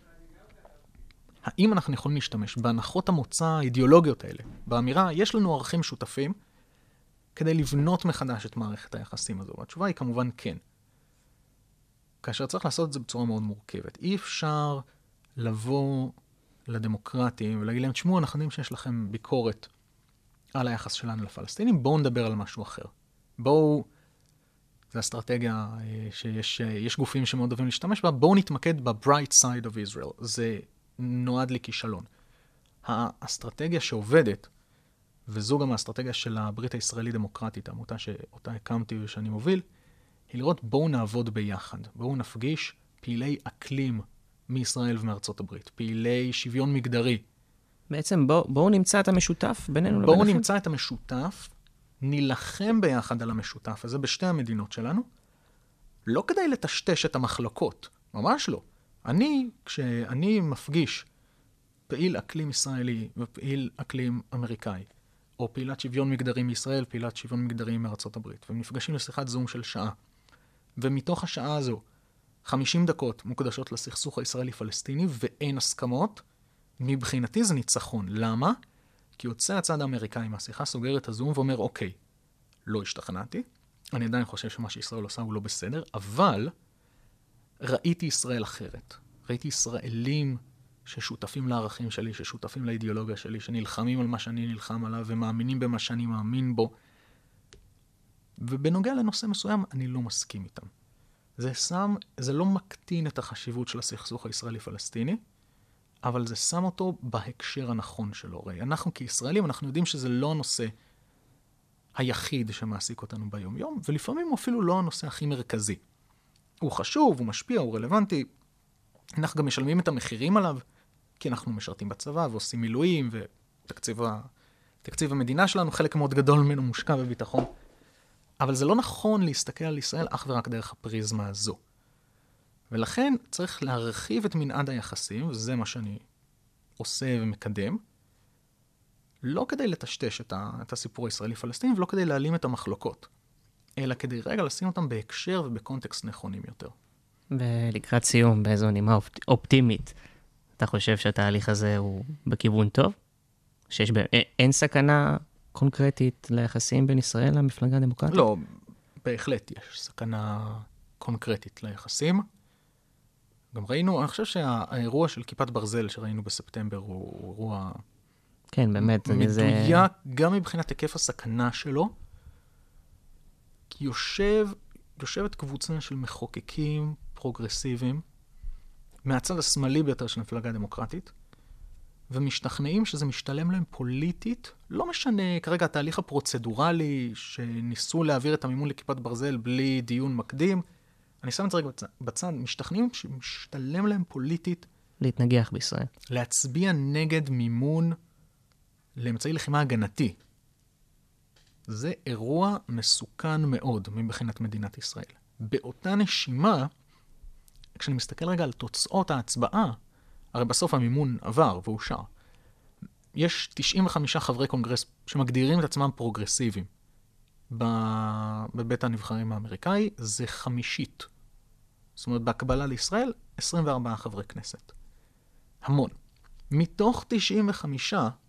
האם אנחנו יכולים להשתמש בהנחות המוצא האידיאולוגיות האלה, באמירה, יש לנו ערכים משותפים, כדי לבנות מחדש את מערכת היחסים הזו? והתשובה היא כמובן כן. כאשר צריך לעשות את זה בצורה מאוד מורכבת. אי אפשר לבוא לדמוקרטים ולהגיד להם, תשמעו, אנחנו יודעים שיש לכם ביקורת על היחס שלנו לפלסטינים, בואו נדבר על משהו אחר. זו אסטרטגיה שיש גופים שמאוד אוהבים להשתמש בה, בואו נתמקד ב-bright side of Israel. זה נועד לכישלון. האסטרטגיה שעובדת, וזו גם האסטרטגיה של הברית הישראלית דמוקרטית, העמותה שאותה הקמתי ושאני מוביל, היא לראות בואו נעבוד ביחד. בואו נפגיש פעילי אקלים מישראל ומארצות הברית, פעילי שוויון מגדרי. בעצם בואו נמצא את המשותף בינינו לביניכם. בואו נמצא את המשותף, נילחם ביחד על המשותף הזה בשתי המדינות שלנו, לא כדי לטשטש את המחלוקות, ממש לא. כשאני מפגיש פעיל אקלים ישראלי ופעיל אקלים אמריקאי, או פעילת שוויון מגדרי מישראל, פעילת שוויון מגדרי מארצות הברית, והם נפגשים לשיחת זום של שעה, ומתוך השעה הזו 50 דקות מוקדשות לסכסוך הישראלי-פלסטיני, ואין הסכמות, מבחינתי זה ניצחון. למה? כי יוצא הצד האמריקאי מהשיחה, סוגר את הזום ואומר, אוקיי, לא השתכנעתי, אני עדיין חושב שמה שישראל עושה הוא לא בסדר, אבל ראיתי ישראל אחרת. ראיתי ישראלים ששותפים לערכים שלי, ששותפים לאידיאולוגיה שלי, שנלחמים על מה שאני נלחם עליו ומאמינים במה שאני מאמין בו. ובנוגע לנושא מסוים, אני לא מסכים איתם. זה לא מקטין את החשיבות של הסכסוך הישראלי-פלסטיני, אבל זה שם אותו בהקשר הנכון שלו. הרי אנחנו כישראלים, אנחנו יודעים שזה לא הנושא היחיד שמעסיק אותנו ביום-יום, ולפעמים הוא אפילו לא הנושא הכי מרכזי. הוא חשוב, הוא משפיע, הוא רלוונטי. אנחנו גם משלמים את המחירים עליו, כי אנחנו משרתים בצבא ועושים מילואים, ותקציב המדינה שלנו, חלק מאוד גדול ממנו מושקע בביטחון. אבל זה לא נכון להסתכל על ישראל אך ורק דרך הפריזמה הזו. ולכן צריך להרחיב את מנעד היחסים, וזה מה שאני עושה ומקדם, לא כדי לטשטש את הסיפור הישראלי-פלסטיני, ולא כדי להעלים את המחלוקות, אלא כדי רגע לשים אותם בהקשר ובקונטקסט נכונים יותר. ולקראת סיום, באיזו נימה אופטימית, אתה חושב שהתהליך הזה הוא בכיוון טוב? אין סכנה קונקרטית ליחסים בין ישראל למפלגה הדמוקרטית? לא, בהחלט יש סכנה קונקרטית ליחסים. גם ראינו, אני חושב שהאירוע של כיפת ברזל שראינו בספטמבר הוא אירוע כן, באמת, מדויק, גם מבחינת היקף הסכנה שלו, כי יושבת קבוצה של מחוקקים פרוגרסיביים, מהצד השמאלי ביותר של המפלגה הדמוקרטית, ומשתכנעים שזה משתלם להם פוליטית, לא משנה כרגע התהליך הפרוצדורלי, שניסו להעביר את המימון לכיפת ברזל בלי דיון מקדים, אני שם את זה רגע בצד, משתכנעים שמשתלם להם פוליטית, להתנגח בישראל. להצביע נגד מימון לאמצעי לחימה הגנתי. זה אירוע מסוכן מאוד מבחינת מדינת ישראל. באותה נשימה, כשאני מסתכל רגע על תוצאות ההצבעה, הרי בסוף המימון עבר ואושר. יש 95 חברי קונגרס שמגדירים את עצמם פרוגרסיביים. בבית הנבחרים האמריקאי זה 50. זאת אומרת, בהקבלה לישראל, 24 חברי כנסת. המון. מתוך 95,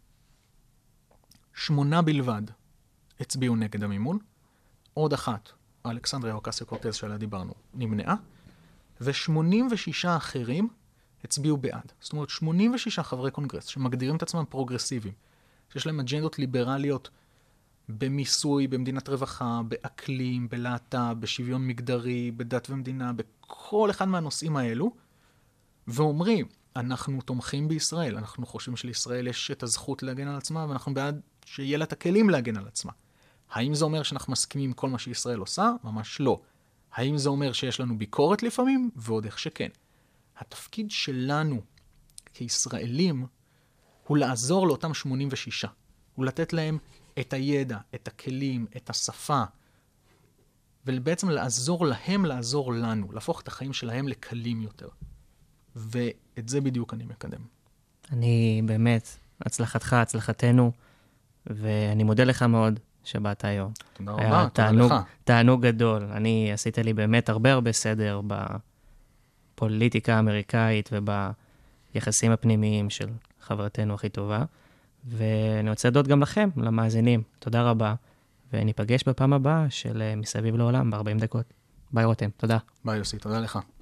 8 בלבד הצביעו נגד המימון. עוד אחת, אלכסנדריה אוקסיו-קורטז שעליה דיברנו, נמנעה. ו86 אחרים הצביעו בעד. זאת אומרת, 86 חברי קונגרס שמגדירים את עצמם פרוגרסיביים, שיש להם אג'נדות ליברליות במיסוי, במדינת רווחה, באקלים, בלהט"ב, בשוויון מגדרי, בדת ומדינה, בכל אחד מהנושאים האלו, ואומרים, אנחנו תומכים בישראל, אנחנו חושבים שלישראל יש את הזכות להגן על עצמה, ואנחנו בעד שיהיה לה את הכלים להגן על עצמה. האם זה אומר שאנחנו מסכימים עם כל מה שישראל עושה? ממש לא. האם זה אומר שיש לנו ביקורת לפעמים? ועוד איך שכן. התפקיד שלנו כישראלים הוא לעזור לאותם 86. הוא לתת להם את הידע, את הכלים, את השפה, ובעצם לעזור להם, לעזור לנו, להפוך את החיים שלהם לקלים יותר. ואת זה בדיוק אני מקדם. אני באמת, הצלחתך, הצלחתנו, ואני מודה לך מאוד שבאת היום. תודה רבה, תודה לך. תענוג גדול. אני עשית לי באמת הרבה סדר בפוליטיקה האמריקאית וביחסים הפנימיים של חברתנו הכי טובה. ואני רוצה לדעות גם לכם, למאזינים. תודה רבה, וניפגש בפעם הבאה של מסביב לעולם ב-40 דקות. ביי רותם, תודה. ביי יוסי, תודה לך.